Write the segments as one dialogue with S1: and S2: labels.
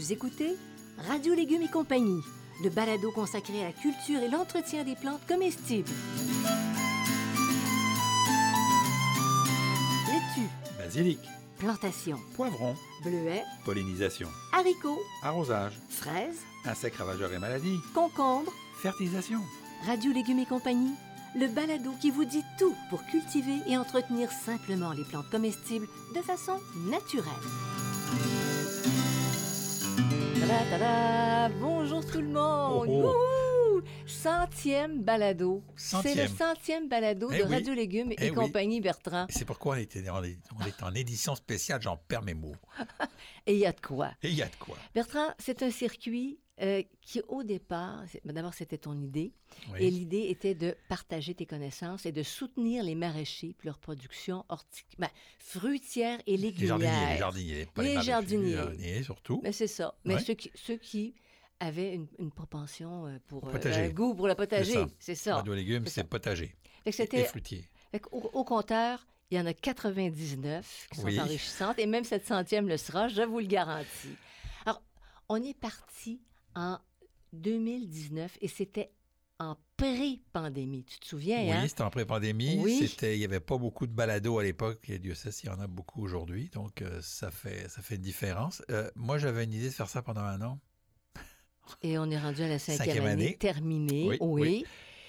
S1: Vous écoutez Radio Légumes et compagnie, le balado consacré à la culture et l'entretien des plantes comestibles. Laitue,
S2: Basilic,
S1: plantation,
S2: poivron,
S1: bleuets,
S2: pollinisation,
S1: haricots,
S2: arrosage,
S1: fraises,
S2: insectes ravageurs et maladies,
S1: concombres.
S2: fertilisation.
S1: Radio Légumes et compagnie, le balado qui vous dit tout pour cultiver et entretenir simplement les plantes comestibles de façon naturelle. Tada, tada! Bonjour tout le monde!
S2: Oh,
S1: Wouhou! 100e balado. C'est le 100e balado de
S2: oui.
S1: Radio Légumes et compagnie, Bertrand.
S2: C'est pourquoi on est en édition spéciale, j'en perds mes mots.
S1: Et il y a de quoi?
S2: Et il y a de quoi.
S1: Bertrand, c'est un circuit qui, au départ, d'abord, c'était ton idée.
S2: Oui.
S1: Et l'idée était de partager tes connaissances et de soutenir les maraîchers pour leur production fruitière et légumière.
S2: Les jardiniers. Pas
S1: Les
S2: maraîchers,
S1: jardiniers.
S2: Les jardiniers, surtout.
S1: Mais c'est ça. Mais
S2: Ouais.
S1: ceux qui avaient une propension pour
S2: Potager.
S1: un goût pour le potager. C'est ça.
S2: Radio Légumes,
S1: C'est ça.
S2: c'est potager.
S1: Fait que
S2: Et
S1: c'était,
S2: fruitier.
S1: fait au compteur, il y en a 99 qui sont
S2: Oui.
S1: enrichissantes et même cette 100e le sera, je vous le garantis. Alors, on est parti en 2019 et c'était en pré-pandémie. Tu te souviens,
S2: Oui,
S1: hein?
S2: c'était en pré-pandémie.
S1: Oui.
S2: Il n'y avait pas beaucoup de balados à l'époque. Et Dieu sait s'il y en a beaucoup aujourd'hui. Donc, ça fait une différence. Moi, j'avais une idée de faire ça pendant un an.
S1: Et on est rendu à la 5e
S2: Cinquième année.
S1: terminée.
S2: Oui,
S1: Oui.
S2: oui.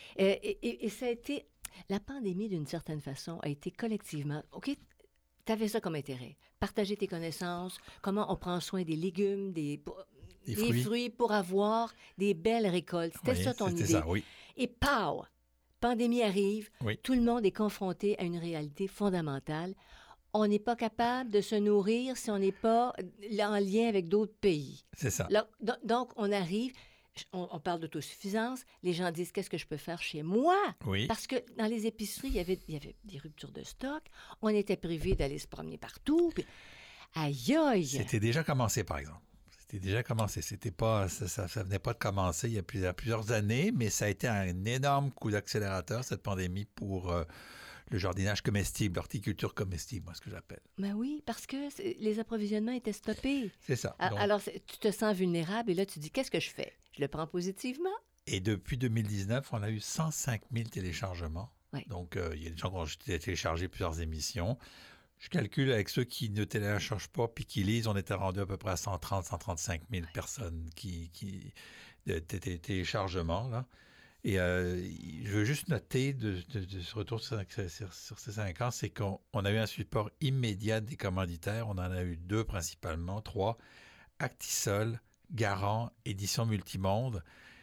S1: Et ça a été... La pandémie, d'une certaine façon, a été collectivement... OK, tu avais ça comme intérêt. Partager tes connaissances, comment on prend soin des légumes, des fruits pour avoir des belles récoltes. C'était
S2: Oui,
S1: ça ton idée.
S2: C'était ça, oui.
S1: Et pow! Pandémie arrive.
S2: Oui.
S1: Tout le monde est confronté à une réalité fondamentale. On n'est pas capable de se nourrir si on n'est pas en lien avec d'autres pays.
S2: C'est ça.
S1: Là, donc, on arrive, on parle d'autosuffisance. Les gens disent, qu'est-ce que je peux faire chez moi?
S2: Oui.
S1: Parce que dans les épiceries, il y avait des ruptures de stock. On était privés d'aller se promener partout. Puis, aïe, aïe!
S2: C'était déjà commencé, par exemple. C'était déjà commencé. C'était pas, ça venait pas de commencer il y a plusieurs années, mais ça a été un énorme coup d'accélérateur, cette pandémie, pour le jardinage comestible, l'horticulture comestible, moi, ce que j'appelle.
S1: Ben oui, parce que les approvisionnements étaient stoppés.
S2: C'est ça. Donc,
S1: Alors, tu te sens vulnérable et là, tu dis, qu'est-ce que je fais? Je le prends positivement?
S2: et depuis 2019, on a eu 105 000 téléchargements.
S1: Oui.
S2: Donc, il y a des gens qui ont téléchargé plusieurs émissions. Je calcule avec ceux qui ne téléchargent pas puis qui lisent, on était rendu à peu près à 135 000 personnes téléchargements, là. Et je veux juste noter de ce retour sur ces 5 ans, c'est qu'on a eu un support immédiat des commanditaires. On en a eu 2 principalement, 3. Actisol, Garant, Édition Multimonde,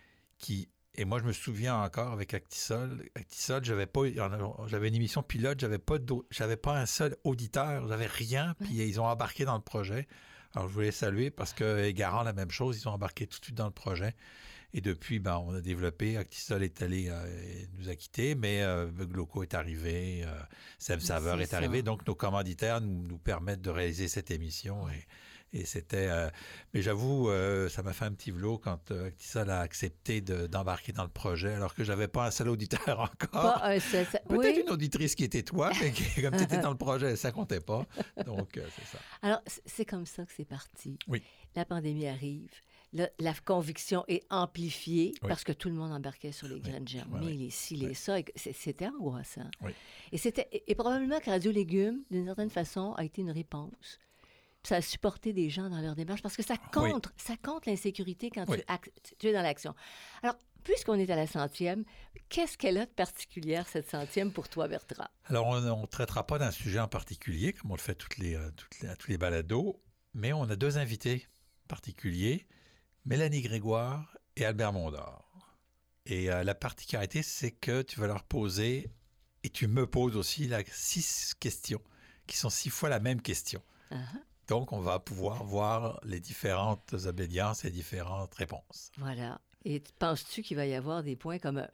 S2: et moi, je me souviens encore avec Actisol, j'avais une émission pilote, j'avais pas un seul auditeur, j'avais rien, puis ils ont embarqué dans le projet. Alors, je voulais saluer parce que Garant, la même chose, ils ont embarqué tout de suite dans le projet. Et depuis, on a développé, Actisol est allé, nous a quittés, mais Gloco est arrivé, Sève Saveur est arrivé. Donc, nos commanditaires nous permettent de réaliser cette émission. Et c'était... mais j'avoue, ça m'a fait un petit velours quand Actisol a accepté d'embarquer dans le projet, alors que j'avais pas un seul auditeur encore. Peut-être une auditrice qui était toi, mais comme tu étais dans le projet, ça comptait pas. Donc, c'est ça.
S1: Alors, c'est comme ça que c'est parti.
S2: Oui.
S1: La pandémie arrive. La conviction est amplifiée
S2: Oui.
S1: parce que tout le monde embarquait sur les graines germées, les ci, les ça. C'était angoissant.
S2: Oui.
S1: Et probablement que Radio Légumes, d'une certaine façon, a été une réponse. Puis ça a supporté des gens dans leur démarche parce que ça compte l'insécurité quand tu es dans l'action. Alors, puisqu'on est à la 100e, qu'est-ce qu'elle a de particulière, cette 100e, pour toi, Bertrand?
S2: Alors, on ne traitera pas d'un sujet en particulier, comme on le fait à tous les balados, mais on a 2 invités particuliers, Mélanie Grégoire et Albert Mondor. Et la particularité, c'est que tu vas leur poser, et tu me poses aussi, 6 questions, qui sont 6 fois la même question.
S1: Uh-huh.
S2: Donc, on va pouvoir voir les différentes obédiences et différentes réponses.
S1: Voilà. Et penses-tu qu'il va y avoir des points communs?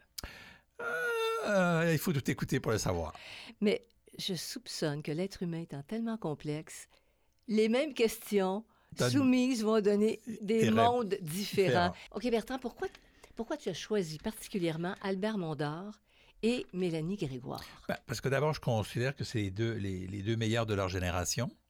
S2: Il faut tout écouter pour le savoir.
S1: Mais je soupçonne que l'être humain étant tellement complexe, les mêmes questions soumises vont donner des mondes différents. OK, Bertrand, pourquoi tu as choisi particulièrement Albert Mondor et Mélanie Grégoire?
S2: Parce que d'abord, je considère que c'est les deux meilleurs de leur génération.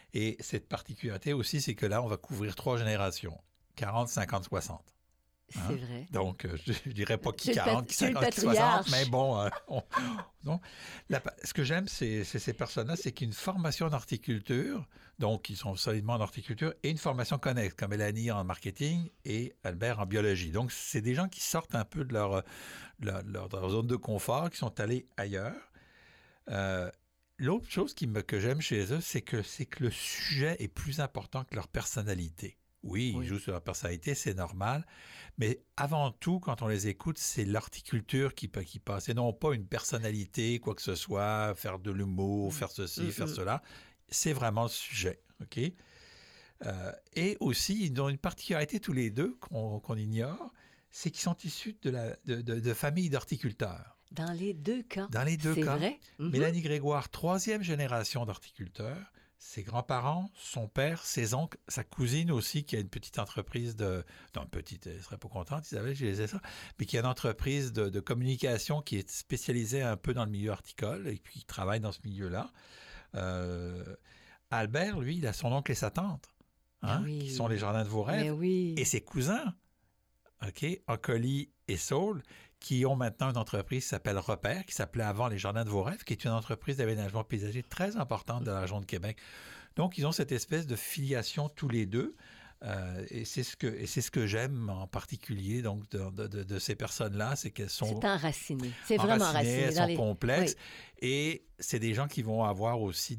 S2: Et cette particularité aussi, c'est que là, on va couvrir 3 générations, 40, 50, 60.
S1: C'est
S2: Hein?
S1: vrai.
S2: Donc, je ne dirais pas qui
S1: C'est
S2: 40, qui
S1: tu es le
S2: 50, qui 60, mais
S1: patriarche.
S2: bon, non. Ce que j'aime, c'est ces personnes-là, c'est qu'une formation en horticulture, donc ils sont solidement en horticulture, et une formation connexe, comme Mélanie en marketing et Albert en biologie. Donc, c'est des gens qui sortent un peu de leur zone de confort, qui sont allés ailleurs. Euh, L'autre chose que j'aime chez eux, c'est que le sujet est plus important que leur personnalité. Oui, ils
S1: Oui.
S2: jouent sur leur personnalité, c'est normal. Mais avant tout, quand on les écoute, c'est l'horticulture qui passe. Et non pas une personnalité, quoi que ce soit, faire de l'humour,
S1: Mm.
S2: faire ceci,
S1: Mm,
S2: faire
S1: mm.
S2: cela. C'est vraiment le sujet. OK? Et aussi, ils ont une particularité tous les deux qu'on ignore, c'est qu'ils sont issus de familles d'horticulteurs.
S1: Dans les deux cas,
S2: Dans les deux
S1: c'est
S2: cas,
S1: vrai. Mhm.
S2: Mélanie Grégoire, troisième génération d'horticulteurs, ses grands-parents, son père, ses oncles, sa cousine aussi, qui a une petite entreprise de... Non, petite, elle ne serait pas contente, Isabelle, je disais ça, mais qui a une entreprise de communication qui est spécialisée un peu dans le milieu horticole et puis qui travaille dans ce milieu-là. Euh, Albert, lui, il a son oncle et sa tante,
S1: Ah
S2: hein, qui sont les
S1: oui.
S2: jardins de vos
S1: Mais
S2: rêves, et
S1: oui.
S2: ses cousins, OK, Ocoli et Saul, qui ont maintenant une entreprise qui s'appelle Repère, qui s'appelait avant les Jardins de vos rêves, qui est une entreprise d'aménagement paysager très importante de la région de Québec. Donc, ils ont cette espèce de filiation tous les deux. Et c'est ce que j'aime en particulier donc de ces personnes-là, c'est qu'elles
S1: C'est
S2: sont
S1: enraciné. C'est vraiment
S2: enracinées,
S1: enraciné
S2: elles
S1: dans
S2: sont
S1: les.
S2: complexes,
S1: Oui.
S2: et c'est des gens qui vont avoir aussi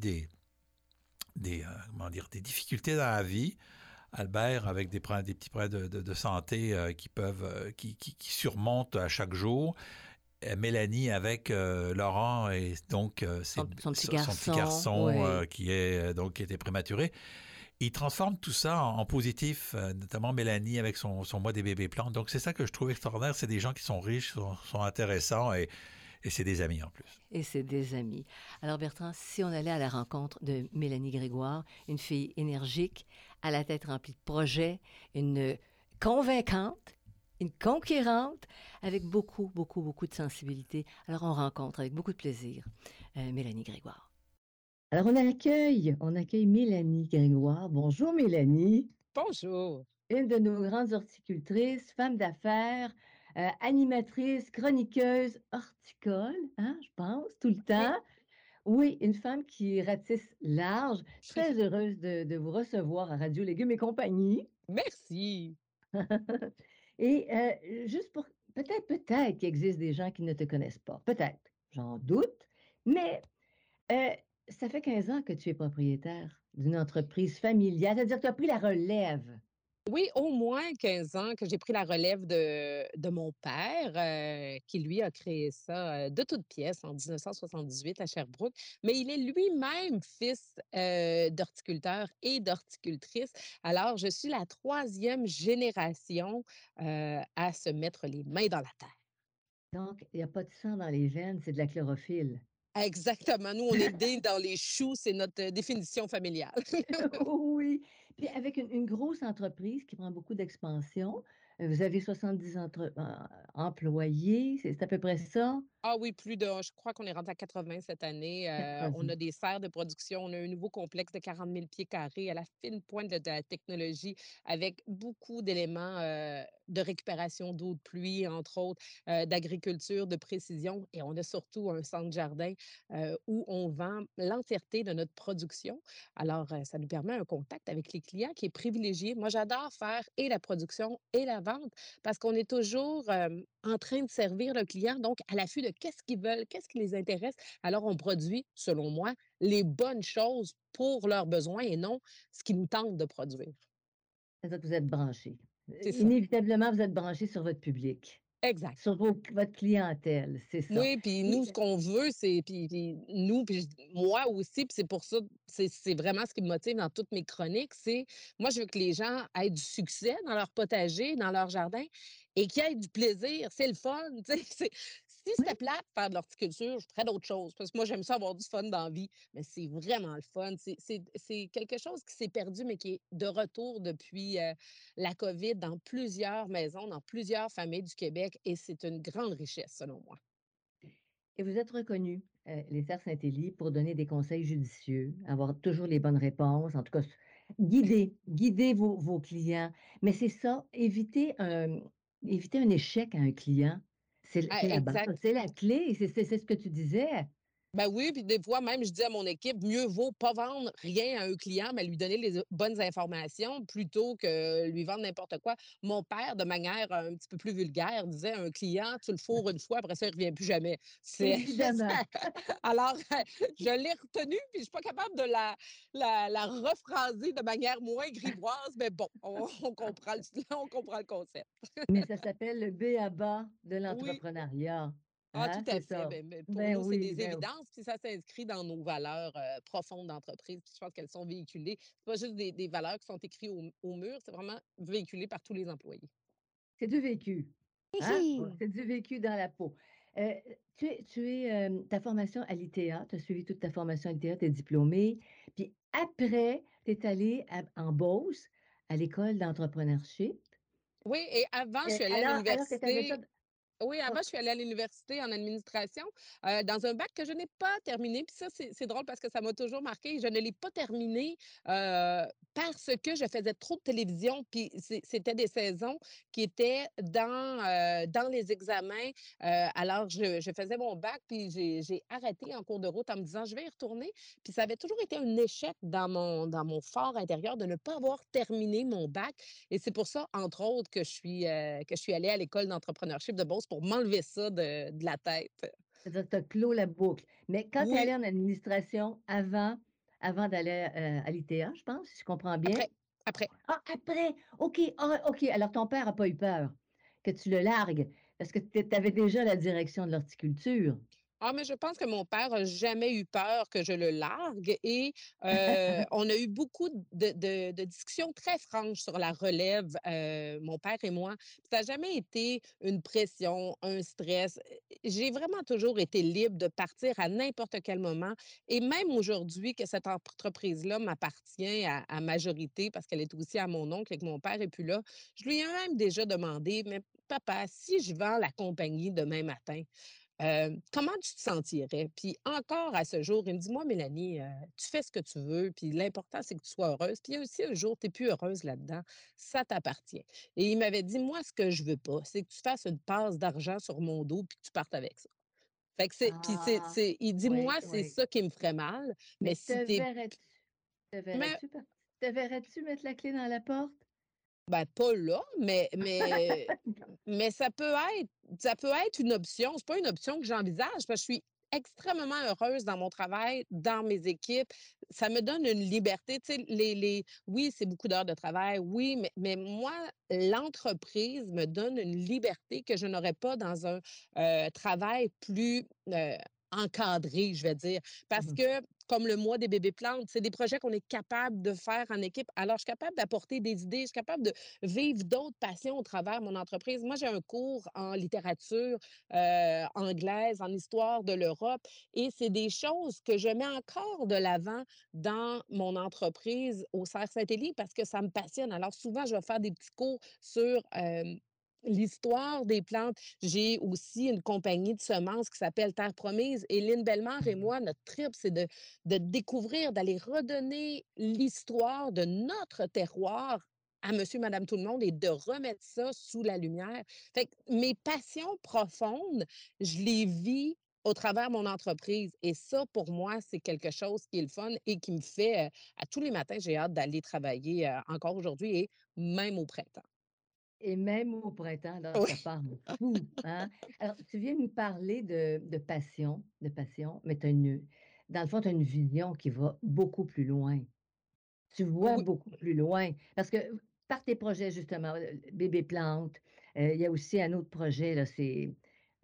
S2: des difficultés dans la vie. Albert avec des petits problèmes de santé qui surmontent à chaque jour. Mélanie avec Laurent et donc
S1: Son petit
S2: son petit
S1: garçon.
S2: garçon
S1: Oui.
S2: qui était prématuré. Il transforme tout ça en positif, notamment Mélanie avec son mois des bébés plantes. Donc c'est ça que je trouve extraordinaire. C'est des gens qui sont riches, sont intéressants et c'est des amis en plus.
S1: Et c'est des amis. Alors Bertrand, si on allait à la rencontre de Mélanie Grégoire, une fille énergique, à la tête remplie de projets, une convaincante, une conquérante, avec beaucoup, beaucoup, beaucoup de sensibilité. Alors on rencontre avec beaucoup de plaisir Mélanie Grégoire. Alors on accueille Mélanie Grégoire. Bonjour Mélanie.
S3: Bonjour.
S1: Une de nos grandes horticultrices, femme d'affaires, animatrice, chroniqueuse horticole, hein, je pense, tout le
S3: Oui.
S1: temps. Oui, une femme qui ratisse large. Très heureuse de vous recevoir à Radio Légumes et compagnie.
S3: Merci.
S1: Et juste pour... peut-être qu'il existe des gens qui ne te connaissent pas. Peut-être, j'en doute. Mais euh, ça fait 15 ans que tu es propriétaire d'une entreprise familiale. C'est-à-dire que tu as pris la relève.
S3: Oui, au moins 15 ans que j'ai pris la relève de mon père, qui lui a créé ça de toutes pièces en 1978 à Sherbrooke. Mais il est lui-même fils d'horticulteur et d'horticultrice. Alors, je suis la troisième génération à se mettre les mains dans la terre.
S1: Donc, il n'y a pas de sang dans les veines, c'est de la chlorophylle.
S3: Exactement. Nous, on est nés dans les choux, c'est notre définition familiale.
S1: Oui. Puis avec une grosse entreprise qui prend beaucoup d'expansion, vous avez 70 employés, c'est à peu près ça?
S3: Ah oui, je crois qu'on est rendu à 80 cette année. On
S1: 80.
S3: a des serres de production, on a un nouveau complexe de 40 000 pieds carrés à la fine pointe de la technologie avec beaucoup d'éléments de récupération d'eau de pluie, entre autres, d'agriculture, de précision. Et on a surtout un centre jardin où on vend l'entièreté de notre production. Alors, ça nous permet un contact avec les clients qui est privilégié. Moi, j'adore faire et la production et la vente parce qu'on est toujours en train de servir le client, donc à l'affût de qu'est-ce qu'ils veulent, qu'est-ce qui les intéresse. Alors, on produit, selon moi, les bonnes choses pour leurs besoins et non ce qui nous tente de produire.
S1: C'est-à-dire que vous êtes branchés.
S3: C'est ça.
S1: Inévitablement, vous êtes branchés sur votre public,
S3: Exact.
S1: sur votre clientèle, c'est ça.
S3: Oui, puis
S1: Et
S3: nous, ce qu'on veut, c'est puis nous, puis moi aussi, puis c'est pour ça, c'est vraiment ce qui me motive dans toutes mes chroniques, c'est moi, je veux que les gens aient du succès dans leur potager, dans leur jardin et qu'ils aient du plaisir. C'est le fun, tu sais. Si
S1: oui,
S3: c'était plate de faire de l'horticulture, je ferais d'autres choses parce que moi, j'aime ça avoir du fun dans la vie, mais c'est vraiment le fun. C'est quelque chose qui s'est perdu, mais qui est de retour depuis la COVID dans plusieurs maisons, dans plusieurs familles du Québec et c'est une grande richesse, selon moi.
S1: et vous êtes reconnus. les Cerfs Saint-Élie pour donner des conseils judicieux, avoir toujours les bonnes réponses, en tout cas, guider vos clients. Mais c'est ça, éviter un échec à un client,
S3: Ah,
S1: c'est la base,
S3: exact.
S1: c'est la clé, c'est ce que tu disais.
S3: Ben oui, puis des fois même, je dis à mon équipe, mieux vaut pas vendre rien à un client, mais lui donner les bonnes informations plutôt que lui vendre n'importe quoi. Mon père, de manière un petit peu plus vulgaire, disait un client, tu le fourres une fois, après ça, il revient plus jamais. C'est
S1: Évidemment.
S3: alors je l'ai retenu, puis je suis pas capable de la rephraser de manière moins grivoise, mais bon, on comprend on comprend le concept.
S1: Mais ça s'appelle le b.a.-ba de
S3: Oui.
S1: l'entrepreneuriat,
S3: Ah, tout
S1: hein,
S3: à
S1: c'est
S3: fait.
S1: ça.
S3: Ben, pour
S1: Ben
S3: nous, c'est
S1: oui,
S3: des
S1: ben
S3: évidences, puis ça s'inscrit dans nos valeurs profondes d'entreprise. Puis je pense qu'elles sont véhiculées. C'est pas juste des valeurs qui sont écrites au mur, c'est vraiment véhiculé par tous les employés.
S1: c'est du vécu, hein? Ouais,
S3: Hihi!
S1: c'est du vécu dans la peau. Heu, ta formation à l'ITA, tu as suivi toute ta formation à l'ITA, tu es diplômée, puis après, tu es allée en Beauce, à l'école d'entrepreneurship.
S3: Oui, et avant, je suis allée à
S1: Alors que tu avais ça
S3: l'université. Oui,
S1: ouais,
S3: avant, je suis allée à l'université en administration, dans un bac que je n'ai pas terminé. Puis ça, c'est drôle parce que ça m'a toujours marqué. Je ne l'ai pas terminé, parce que je faisais trop de télévision. Puis c'était des saisons qui étaient dans les examens. Alors je faisais mon bac, puis j'ai arrêté en cours de route en me disant: «Je vais y retourner». Puis ça avait toujours été un échec dans mon fort intérieur de ne pas avoir terminé mon bac. Et c'est pour ça, entre autres, que je suis allée à l'école d'entrepreneurship de Beauce pour m'enlever ça de la tête.
S1: c'est-à-dire que tu as clos la boucle. Mais quand tu es allée
S3: Oui,
S1: en administration avant d'aller, à l'ITA, je pense, si je comprends bien?
S3: après, après.
S1: Ah, après! OK, ah, OK, alors ton père a pas eu peur que tu le largues parce que tu avais déjà la direction de l'horticulture.
S3: Ah, mais je pense que mon père a jamais eu peur que je le largue et on a eu beaucoup de discussions très franches sur la relève, mon père et moi. Ça n'a jamais été une pression, un stress. J'ai vraiment toujours été libre de partir à n'importe quel moment et même aujourd'hui que cette entreprise-là m'appartient à majorité parce qu'elle est aussi à mon oncle et que mon père est plus là, je lui ai même déjà demandé: «Mais papa, si je vends la compagnie demain matin, comment tu te sentirais?» Puis encore à ce jour, il me dit: «Moi, Mélanie, tu fais ce que tu veux, puis l'important, c'est que tu sois heureuse. Puis il y a aussi un jour, tu es plus heureuse là-dedans, ça t'appartient». Et il m'avait dit: «Moi, ce que je veux pas, c'est que tu fasses une passe d'argent sur mon dos puis que tu partes avec ça». Fait que
S1: Ah!
S3: il dit:
S1: Oui,
S3: «Moi, c'est
S1: oui.
S3: ça qui me ferait mal, mais
S1: Mais
S3: si tu
S1: te
S3: mais
S1: verrais-tu par te verrais-tu mettre la clé dans la porte?
S3: ben, pas là, mais ça peut être une option. C'est pas une option que j'envisage parce que je suis extrêmement heureuse dans mon travail, dans mes équipes. Ça me donne une liberté, tu sais, oui, c'est beaucoup d'heures de travail, oui, mais moi, l'entreprise me donne une liberté que je n'aurais pas dans un, travail plus, encadré, je vais dire. Parce
S1: Mmh.
S3: que comme le mois des bébés plantes, c'est des projets qu'on est capable de faire en équipe. Alors, je suis capable d'apporter des idées, je suis capable de vivre d'autres passions au travers de mon entreprise. Moi, j'ai un cours en littérature anglaise, en histoire de l'Europe, et c'est des choses que je mets encore de l'avant dans mon entreprise au Cerf Saint-Élie parce que ça me passionne. Alors, souvent, je vais faire des petits cours sur l'histoire des plantes. J'ai aussi une compagnie de semences qui s'appelle Terre Promise et Lynn Bellemare et moi, notre trip, c'est de découvrir, d'aller redonner l'histoire de notre terroir à monsieur, madame, tout le monde et de remettre ça sous la lumière. Fait que mes passions profondes, je les vis au travers de mon entreprise. Et ça, pour moi, c'est quelque chose qui est le fun et qui me fait, à tous les matins, j'ai hâte d'aller travailler encore aujourd'hui et même au printemps.
S1: Et même au printemps, alors ça
S3: Oui,
S1: part beaucoup, hein? Alors, tu viens de nous parler de passion, mais dans le fond, tu as une vision qui va beaucoup plus loin. Tu vois
S3: oui,
S1: beaucoup plus loin parce que par tes projets justement, Bébé Plante, il y a aussi un autre projet là, c'est,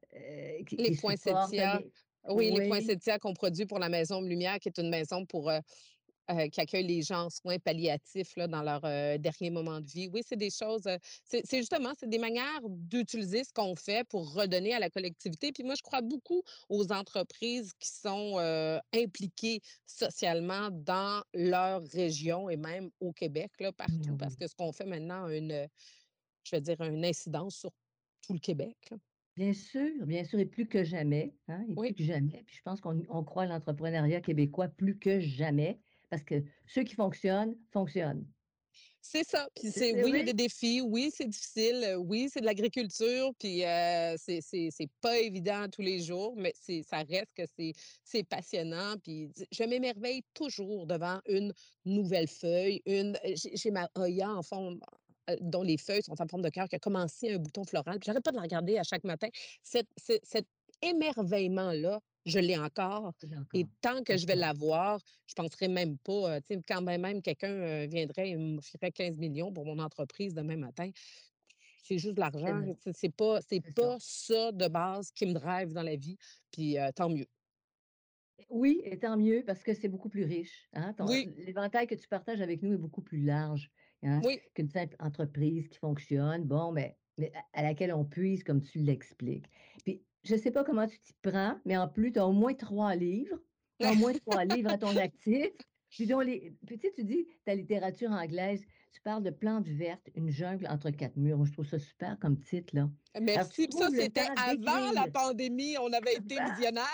S1: qui
S3: les
S1: supporte
S3: poinsettias.
S1: les
S3: Oui, les
S1: oui,
S3: poinsettias qu'on produit pour la Maison Lumière, qui est une maison pour, qui accueille les gens en soins palliatifs là, dans leur dernier moment de vie. Oui, c'est des choses, c'est justement, c'est des manières d'utiliser ce qu'on fait pour redonner à la collectivité. Puis moi, je crois beaucoup aux entreprises qui sont impliquées socialement dans leur région et même au Québec, là,
S1: mais
S3: partout, parce
S1: oui.
S3: que ce qu'on fait maintenant a je vais dire, une incidence sur tout le Québec. Là.
S1: bien sûr, et plus que jamais, hein, et plus
S3: Oui.
S1: que jamais. Puis je pense qu'on croit à l'entrepreneuriat québécois plus que jamais, parce que ceux qui fonctionnent, fonctionnent.
S3: C'est ça, puis
S1: C'est
S3: oui, il y a
S1: oui,
S3: des défis, oui, c'est difficile, oui, c'est de l'agriculture, puis c'est pas évident tous les jours, mais ça reste que c'est passionnant, puis je m'émerveille toujours devant une nouvelle feuille, j'ai ma Hoya en fond, dont les feuilles sont en forme de cœur, qui a commencé un bouton floral, puis j'arrête pas de la regarder à chaque matin. Cet émerveillement-là, je l'ai encore et
S1: encore,
S3: tant que je vais
S1: d'accord.
S3: l'avoir, je penserais même pas, tu sais, quand même quelqu'un, viendrait et m'offrirait 15 millions pour mon entreprise demain matin, c'est juste de
S1: C'est
S3: l'argent,
S1: vrai,
S3: tu sais, c'est
S1: c'est ça.
S3: pas ça de base qui me drive dans la vie, puis tant mieux.
S1: Oui, et tant mieux parce que c'est beaucoup plus riche, hein.
S3: Oui,
S1: L'éventail que tu partages avec nous est beaucoup plus large, hein,
S3: oui,
S1: qu'une simple entreprise qui fonctionne, bon, mais à laquelle on puise comme tu l'expliques. Puis, je ne sais pas comment tu t'y prends, mais en plus, tu as au moins 3 livres. Tu as au moins 3 livres à ton actif. Puis tu sais, tu dis ta littérature anglaise, tu parles de plantes vertes, une jungle entre 4 murs. Moi, je trouve ça super comme titre, là. Alors tu
S3: merci, puis ça,
S1: trouves le
S3: c'était
S1: temps
S3: avant la
S1: d'écrire.
S3: pandémie, on avait été visionnaires.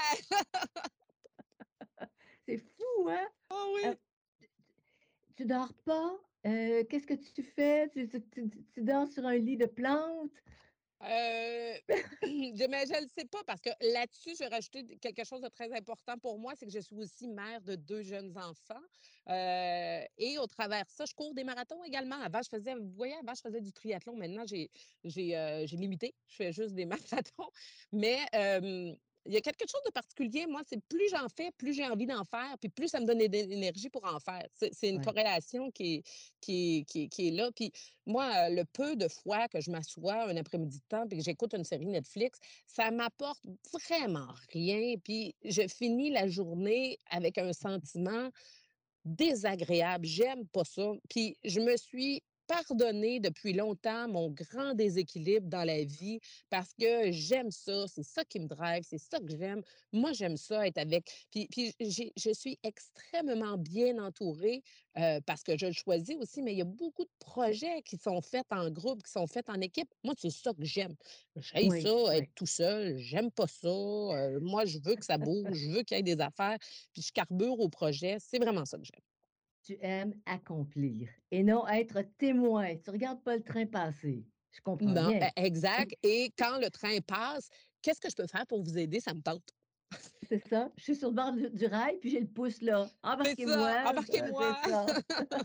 S1: C'est fou, hein?
S3: Ah
S1: Heu
S3: oui!
S1: Tu dors pas? Qu'est-ce que tu fais? Tu dors sur un lit de plantes?
S3: Heu, je le sais pas parce que là-dessus, je vais rajouter quelque chose de très important pour moi, c'est que je suis aussi mère de 2 jeunes enfants, et au travers de ça, je cours des marathons également. Avant, je faisais vous voyez, avant, je faisais du triathlon. Maintenant, j'ai limité. Je fais juste des marathons. Mais, il y a quelque chose de particulier, moi, c'est plus j'en fais, plus j'ai envie d'en faire, puis plus ça me donne l'énergie pour en faire. C'est une
S1: Ouais,
S3: corrélation qui est là. Puis moi, le peu de fois que je m'assois un après-midi de temps puis que j'écoute une série Netflix, ça m'apporte vraiment rien. Puis je finis la journée avec un sentiment désagréable. J'aime pas ça. Puis je me suis pardonné depuis longtemps mon grand déséquilibre dans la vie parce que j'aime ça, c'est ça qui me drive, c'est ça que j'aime. Moi, j'aime ça être avec. Puis je suis extrêmement bien entourée parce que je le choisis aussi, mais il y a beaucoup de projets qui sont faits en groupe, qui sont faits en équipe. Moi, c'est ça que j'aime. J'aime
S1: oui,
S3: ça, être
S1: oui.
S3: tout seul, j'aime pas ça. Moi, je veux que ça bouge, je veux qu'il y ait des affaires, puis je carbure au projet. C'est vraiment ça que j'aime.
S1: Tu aimes accomplir et non être témoin. Tu regardes pas le train passer. Je comprends
S3: Non,
S1: bien.
S3: exact et quand le train passe, qu'est-ce que je peux faire pour vous aider? Ça me tente.
S1: C'est ça. Je suis sur le bord du rail, puis j'ai le pouce là.
S3: C'est ça,
S1: Embarquez-moi, c'est
S3: embarquez-moi!
S1: ça.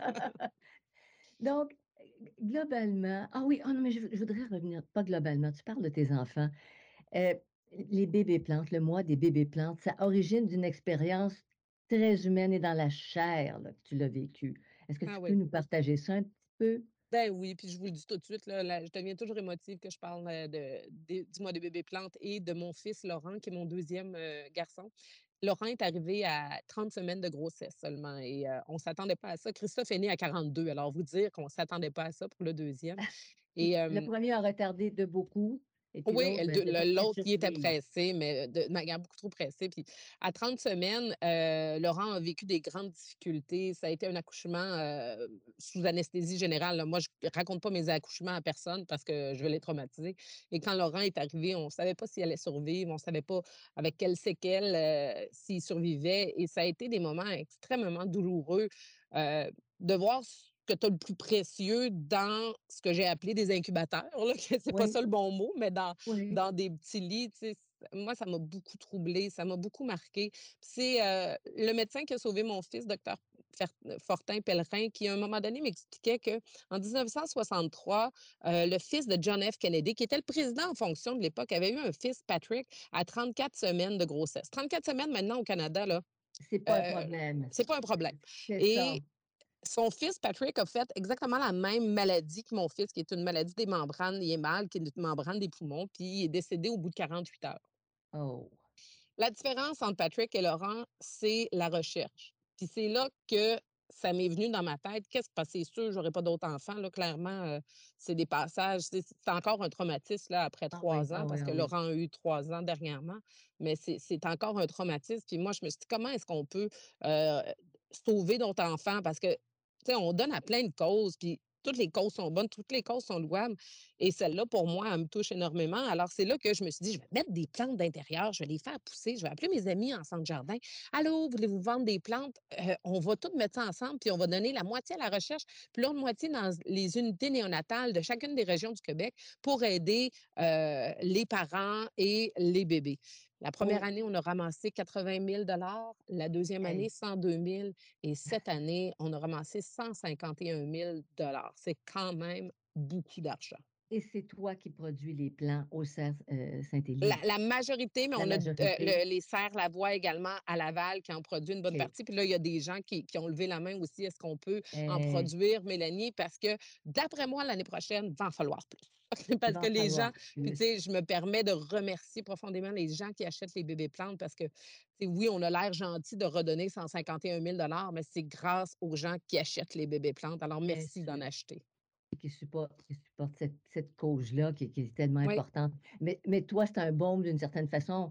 S1: Donc, globalement ah oui, non, mais je voudrais revenir pas globalement, tu parles de tes enfants. Heu, les bébés plantes, le mois des bébés plantes, ça origine d'une expérience très humaine et dans la chair, là, que tu l'as vécu. Est-ce que
S3: Ah
S1: tu peux
S3: oui.
S1: nous partager ça un petit peu?
S3: Ben oui, puis je vous le dis tout de suite, là, je deviens toujours émotive que je parle du mois des bébés plantes et de mon fils Laurent, qui est mon deuxième garçon. Laurent est arrivé à 30 semaines de grossesse seulement et on ne s'attendait pas à ça. Christophe est né à 42, alors vous dire qu'on ne s'attendait pas à ça pour le deuxième.
S1: Puis
S3: Et
S1: le premier a retardé de beaucoup et puis
S3: oui,
S1: l'autre, ben, s'est pas prêt de
S3: l'autre, il était
S1: survivre.
S3: pressé, mais de manière beaucoup trop pressée. Puis à 30 semaines, Laurent a vécu des grandes difficultés. Ça a été un accouchement, sous anesthésie générale, là. Moi, je raconte pas mes accouchements à personne parce que je vais les traumatiser. Et quand Laurent est arrivé, on savait pas s'il allait survivre, on savait pas avec quelles séquelles, s'il survivait et ça a été des moments extrêmement douloureux, de voir ce que tu as le plus précieux dans ce que j'ai appelé des incubateurs, là, que c'est pas
S1: Oui,
S3: ça le bon mot, mais
S1: oui.
S3: dans des petits lits, tu sais, moi, ça m'a beaucoup troublée, ça m'a beaucoup marquée. Puis c'est, le médecin qui a sauvé mon fils, docteur Fortin-Pellerin, qui, à un moment donné, m'expliquait qu'en 1963, le fils de John F. Kennedy, qui était le président en fonction de l'époque, avait eu un fils, Patrick, à 34 semaines de grossesse. 34 semaines maintenant au Canada, là,
S1: C'est pas un
S3: heu,
S1: problème.
S3: c'est pas un problème
S1: C'est ça.
S3: et son fils Patrick a fait exactement la même maladie que mon fils, qui est une maladie des membranes. Il est mal, qui est une membrane des poumons, puis il est décédé au bout de 48 heures.
S1: Oh!
S3: La différence entre Patrick et Laurent, c'est la recherche. Puis c'est là que ça m'est venu dans ma tête. Qu'est-ce parce que c'est sûr, j'aurais pas d'autres enfants, là, clairement, c'est des passages. C'est encore un traumatisme là, après
S1: Ah oui,
S3: 3 ans,
S1: ah oui,
S3: parce
S1: ah
S3: que
S1: oui.
S3: Laurent a eu 3 ans dernièrement, mais c'est encore un traumatisme. Puis moi, je me suis dit: «Comment est-ce qu'on peut, heu, sauver d'autres enfants?» parce que, tu sais, on donne à plein de causes, puis toutes les causes sont bonnes, toutes les causes sont louables et celle-là, pour moi, elle me touche énormément. Alors c'est là que je me suis dit: «Je vais mettre des plantes d'intérieur, je vais les faire pousser, je vais appeler mes amis en centre jardin. Allô, voulez-vous vendre des plantes? On va toutes mettre ça ensemble, puis on va donner la moitié à la recherche, puis l'autre moitié dans les unités néonatales de chacune des régions du Québec pour aider, les parents et les bébés». La première
S1: Oh,
S3: année, on a ramassé 80 000. La deuxième année,
S1: hey.
S3: 102 000. Et cette année, on a ramassé 151 000. C'est quand même beaucoup d'argent.
S1: Et c'est toi qui produis les plants au cerf
S3: La
S1: Saint-Élie,
S3: la majorité, mais
S1: la
S3: on a
S1: majorité?
S3: les serres Lavoie également à Laval qui en produit une bonne
S1: OK.
S3: partie. Puis là, il y a des gens qui ont levé la main aussi. Est-ce qu'on peut en
S1: Eh,
S3: produire, Mélanie? Parce que d'après moi, l'année prochaine, il va en falloir plus.
S1: il
S3: Parce
S1: va
S3: que
S1: en
S3: les
S1: falloir
S3: gens, puis tu
S1: plus.
S3: sais, je me permets de remercier profondément les gens qui achètent les bébés plantes parce que, tu sais, oui, on a l'air gentil de redonner 151 000, mais c'est grâce aux gens qui achètent les bébés plantes. Alors,
S1: Bien
S3: merci d'en
S1: sûr.
S3: acheter.
S1: Qui supportent cette cause-là qui est tellement
S3: Oui,
S1: importante. Mais toi, c'est un baume d'une certaine façon.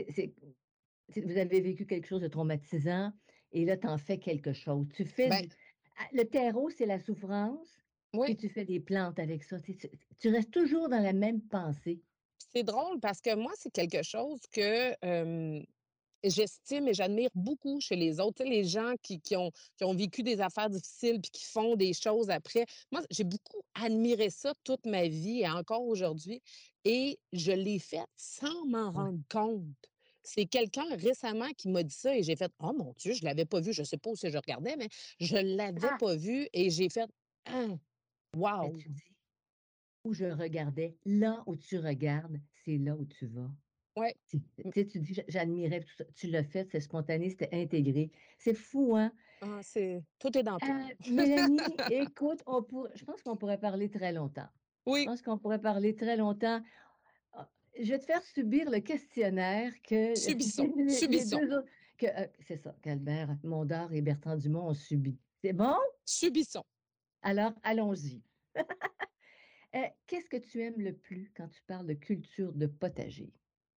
S1: Vous avez vécu quelque chose de traumatisant et là, tu en fais quelque chose. Tu fais
S3: ben
S1: du le terreau, c'est la souffrance et
S3: oui.
S1: tu fais des plantes avec ça. Tu restes toujours dans la même pensée.
S3: C'est drôle parce que moi, c'est quelque chose que, j'estime et j'admire beaucoup chez les autres. Tu sais, les gens qui ont vécu des affaires difficiles puis qui font des choses après. Moi, j'ai beaucoup admiré ça toute ma vie et encore aujourd'hui et je l'ai fait sans m'en
S1: Ouais.
S3: rendre compte. C'est quelqu'un récemment qui m'a dit ça et j'ai fait: «Oh mon Dieu, je l'avais pas vu». Je sais pas où c'est je regardais, mais je l'avais
S1: Ah!
S3: pas vu et j'ai fait: «Hein,
S1: Mais
S3: wow!»
S1: tu dis: «Où je regardais». Là où tu regardes, c'est là où tu vas.
S3: Ouais.
S1: Tu dis: «J'admirais tout ça». Tu l'as fait, c'est spontané, c'était intégré. C'est fou, hein?
S3: Ah, c'est tout est dans tout.
S1: Mélanie, écoute, je pense qu'on pourrait parler très longtemps. Je
S3: Oui,
S1: pense qu'on pourrait parler très longtemps. Ah, je vais te faire subir le questionnaire que
S3: subissons,
S1: les
S3: subissons,
S1: 2 autres c'est ça, qu'Albert Mondor et Bertrand Dumont ont subi. C'est bon?
S3: subissons.
S1: Alors allons-y. Qu'est-ce que tu aimes le plus quand tu parles de culture de potager?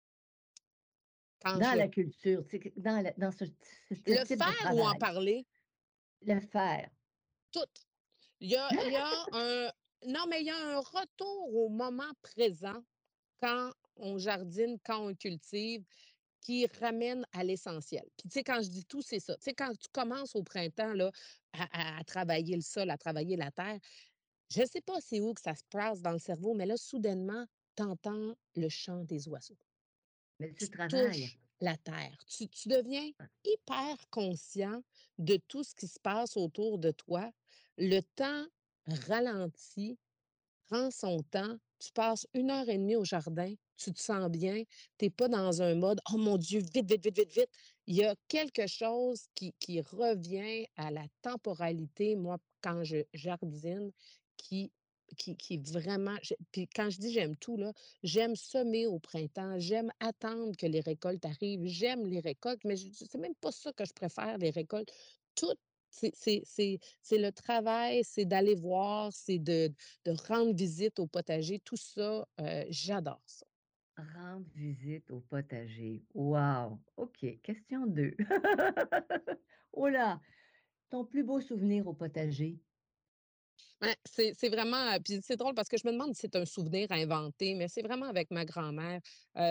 S3: Quand
S1: Dans
S3: je
S1: la culture, tu sais, dans ce
S3: le
S1: type de
S3: faire ou en
S1: travail.
S3: parler?
S1: Le faire.
S3: Tout. Il y a un non, mais il y a un retour au moment présent quand on jardine, quand on cultive, qui ramène à l'essentiel. Puis, tu sais, quand je dis tout, c'est ça. Tu sais, quand tu commences au printemps, là, à travailler le sol, à travailler la terre, je ne sais pas c'est où que ça se passe dans le cerveau, mais là, soudainement, tu entends le chant des oiseaux.
S1: Mais
S3: Tu
S1: tu travailles.
S3: touches la terre. Tu deviens hyper conscient de tout ce qui se passe autour de toi. Le temps ralentit, prend son temps. Tu passes 1 heure et demie au jardin, tu te sens bien, tu es pas dans un mode: «Oh mon Dieu, vite, vite, vite, vite, vite». Il y a quelque chose qui revient à la temporalité, moi, quand je jardine, qui qui vraiment puis quand je dis j'aime tout, là, j'aime semer au printemps, j'aime attendre que les récoltes arrivent, j'aime les récoltes, mais je c'est même pas ça que je préfère, les récoltes. Tout c'est le travail, c'est d'aller voir, c'est de rendre visite au potager, tout ça, j'adore ça.
S1: Rendre visite au potager. Wow! OK, question 2. Oh là! Ton plus beau souvenir au potager?
S3: Ouais, c'est vraiment, puis c'est drôle parce que je me demande si c'est un souvenir inventé, mais c'est vraiment avec ma grand-mère.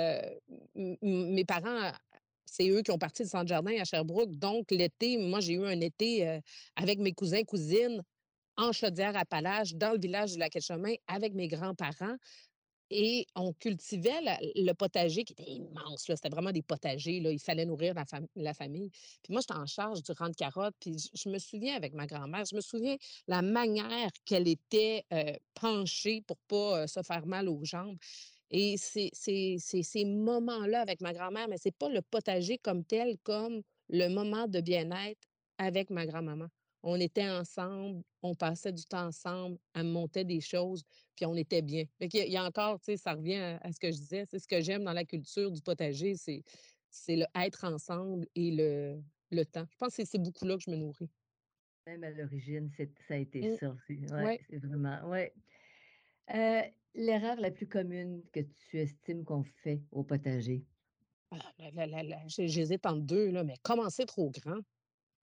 S3: Mes parents, c'est eux qui ont parti le centre jardin à Sherbrooke, donc l'été, moi, j'ai eu un été, avec mes cousins, cousines, en Chaudière-Appalaches, dans le village du Lac-Etchemin, avec mes grands-parents. Et on cultivait le potager qui était immense, là. C'était vraiment des potagers, là. Il fallait nourrir la famille. Puis moi, j'étais en charge du rang de carottes. Puis je me souviens avec ma grand-mère, je me souviens la manière qu'elle était penchée pour pas se faire mal aux jambes. Et c'est ces moments-là avec ma grand-mère, mais c'est pas le potager comme tel, comme le moment de bien-être avec ma grand-maman. On était ensemble, on passait du temps ensemble, elle me montait des choses. Puis on était bien. Fait qu'il y a encore, tu sais, ça revient à ce que je disais, c'est ce que j'aime dans la culture du potager, c'est le être ensemble et le temps. Je pense que c'est beaucoup là que je me nourris.
S1: Même à l'origine, ça a été
S3: Mmh,
S1: ça. Ouais,
S3: ouais.
S1: c'est vraiment ouais. Heu, L'erreur la plus commune que tu estimes qu'on fait au potager?
S3: Ah, j'hésite entre 2 là, mais commencer trop grand.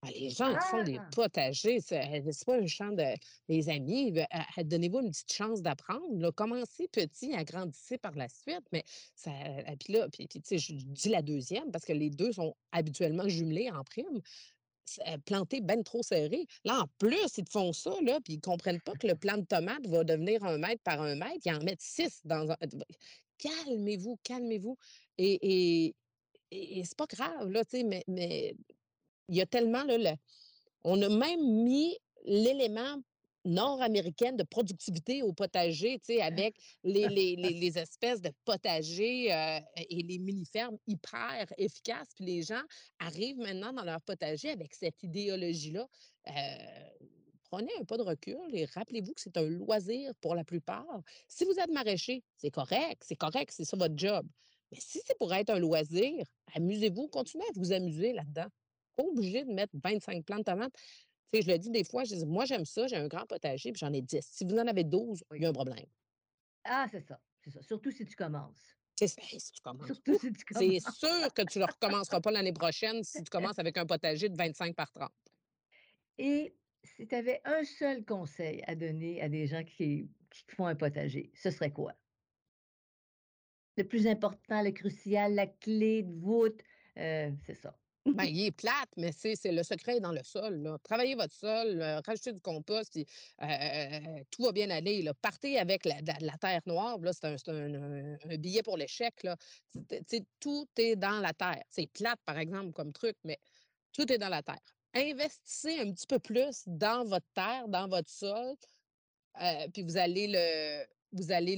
S3: Ah, les gens qui font des
S1: Ah!
S3: potagers, c'est pas un champ des amis. Donnez-vous une petite chance d'apprendre. Là. Commencez petit, agrandissez par la suite. Mais ça. Puis là, tu sais, je dis la deuxième parce que les deux sont habituellement jumelés en prime. Planter ben trop serré. Là, en plus, ils te font ça, là, puis ils comprennent pas que le plant de tomate va devenir 1 mètre par 1 mètre. Ils en mettent 6 dans un. Calmez-vous, calmez-vous. Et, et, et c'est pas grave, là, tu sais, mais il y a tellement, là, on a même mis l'élément nord-américain de productivité au potager, tu sais, avec les espèces de potagers et les mini-fermes hyper efficaces. Puis les gens arrivent maintenant dans leur potager avec cette idéologie-là. Prenez un pas de recul et rappelez-vous que c'est un loisir pour la plupart. Si vous êtes maraîcher, c'est correct, c'est ça votre job. Mais si c'est pour être un loisir, amusez-vous, continuez à vous amuser là-dedans. Pas obligé de mettre 25 plantes de tomates. Tu sais, je le dis des fois, je dis: «Moi, j'aime ça, j'ai un grand potager, puis j'en ai 10. Si vous en avez 12, il y a un problème».
S1: Ah, c'est ça, c'est ça. Surtout si tu commences.
S3: Tu sais, si tu commences,
S1: Surtout si tu
S3: c'est
S1: commences.
S3: sûr que tu ne recommenceras pas l'année prochaine si tu commences avec un potager de 25 par 30.
S1: Et si tu avais un seul conseil à donner à des gens qui font un potager, ce serait quoi? Le plus important, le crucial, la clé de voûte, c'est ça.
S3: Ben, il est plate, mais c'est le secret est dans le sol, là. Travaillez votre sol, rajoutez du compost, puis tout va bien aller, là. Partez avec la terre noire, là, c'est un billet pour l'échec, là. Tu sais, tout est dans la terre. C'est plate, par exemple, comme truc, mais tout est dans la terre. Investissez un petit peu plus dans votre terre, dans votre sol, puis vous allez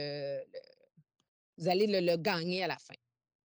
S3: vous allez le gagner à la fin.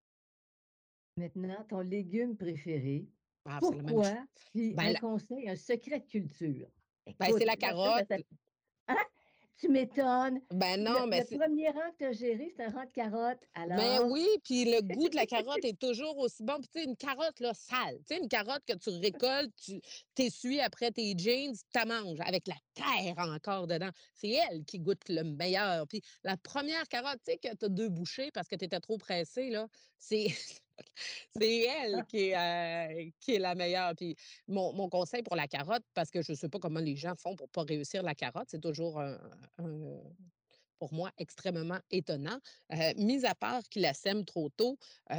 S1: Maintenant, ton légume préféré,
S3: Ah, c'est la même chose.
S1: pourquoi? Puis
S3: Ben,
S1: un conseil, un secret de culture.
S3: c'est
S1: Écoute,
S3: la
S1: là, ça,
S3: carotte.
S1: hein? Tu m'étonnes.
S3: Ben
S1: Le
S3: non, mais
S1: le 1er rang que tu as géré, c'est un rang de carottes.
S3: mais
S1: Alors?
S3: oui, puis le goût de la carotte est toujours aussi bon. Puis tu sais, une carotte, là, sale. Tu sais, une carotte que tu récoltes, tu t'essuies après tes jeans, tu la manges avec la terre encore dedans. C'est elle qui goûte le meilleur. Puis la première carotte, tu sais, que tu as 2 bouchées parce que tu étais trop pressé, là, c'est c'est elle qui est la meilleure. Puis mon conseil pour la carotte, parce que je ne sais pas comment les gens font pour pas réussir la carotte, c'est toujours un pour moi, extrêmement étonnant. Mis à part qu'ils la sèment trop tôt,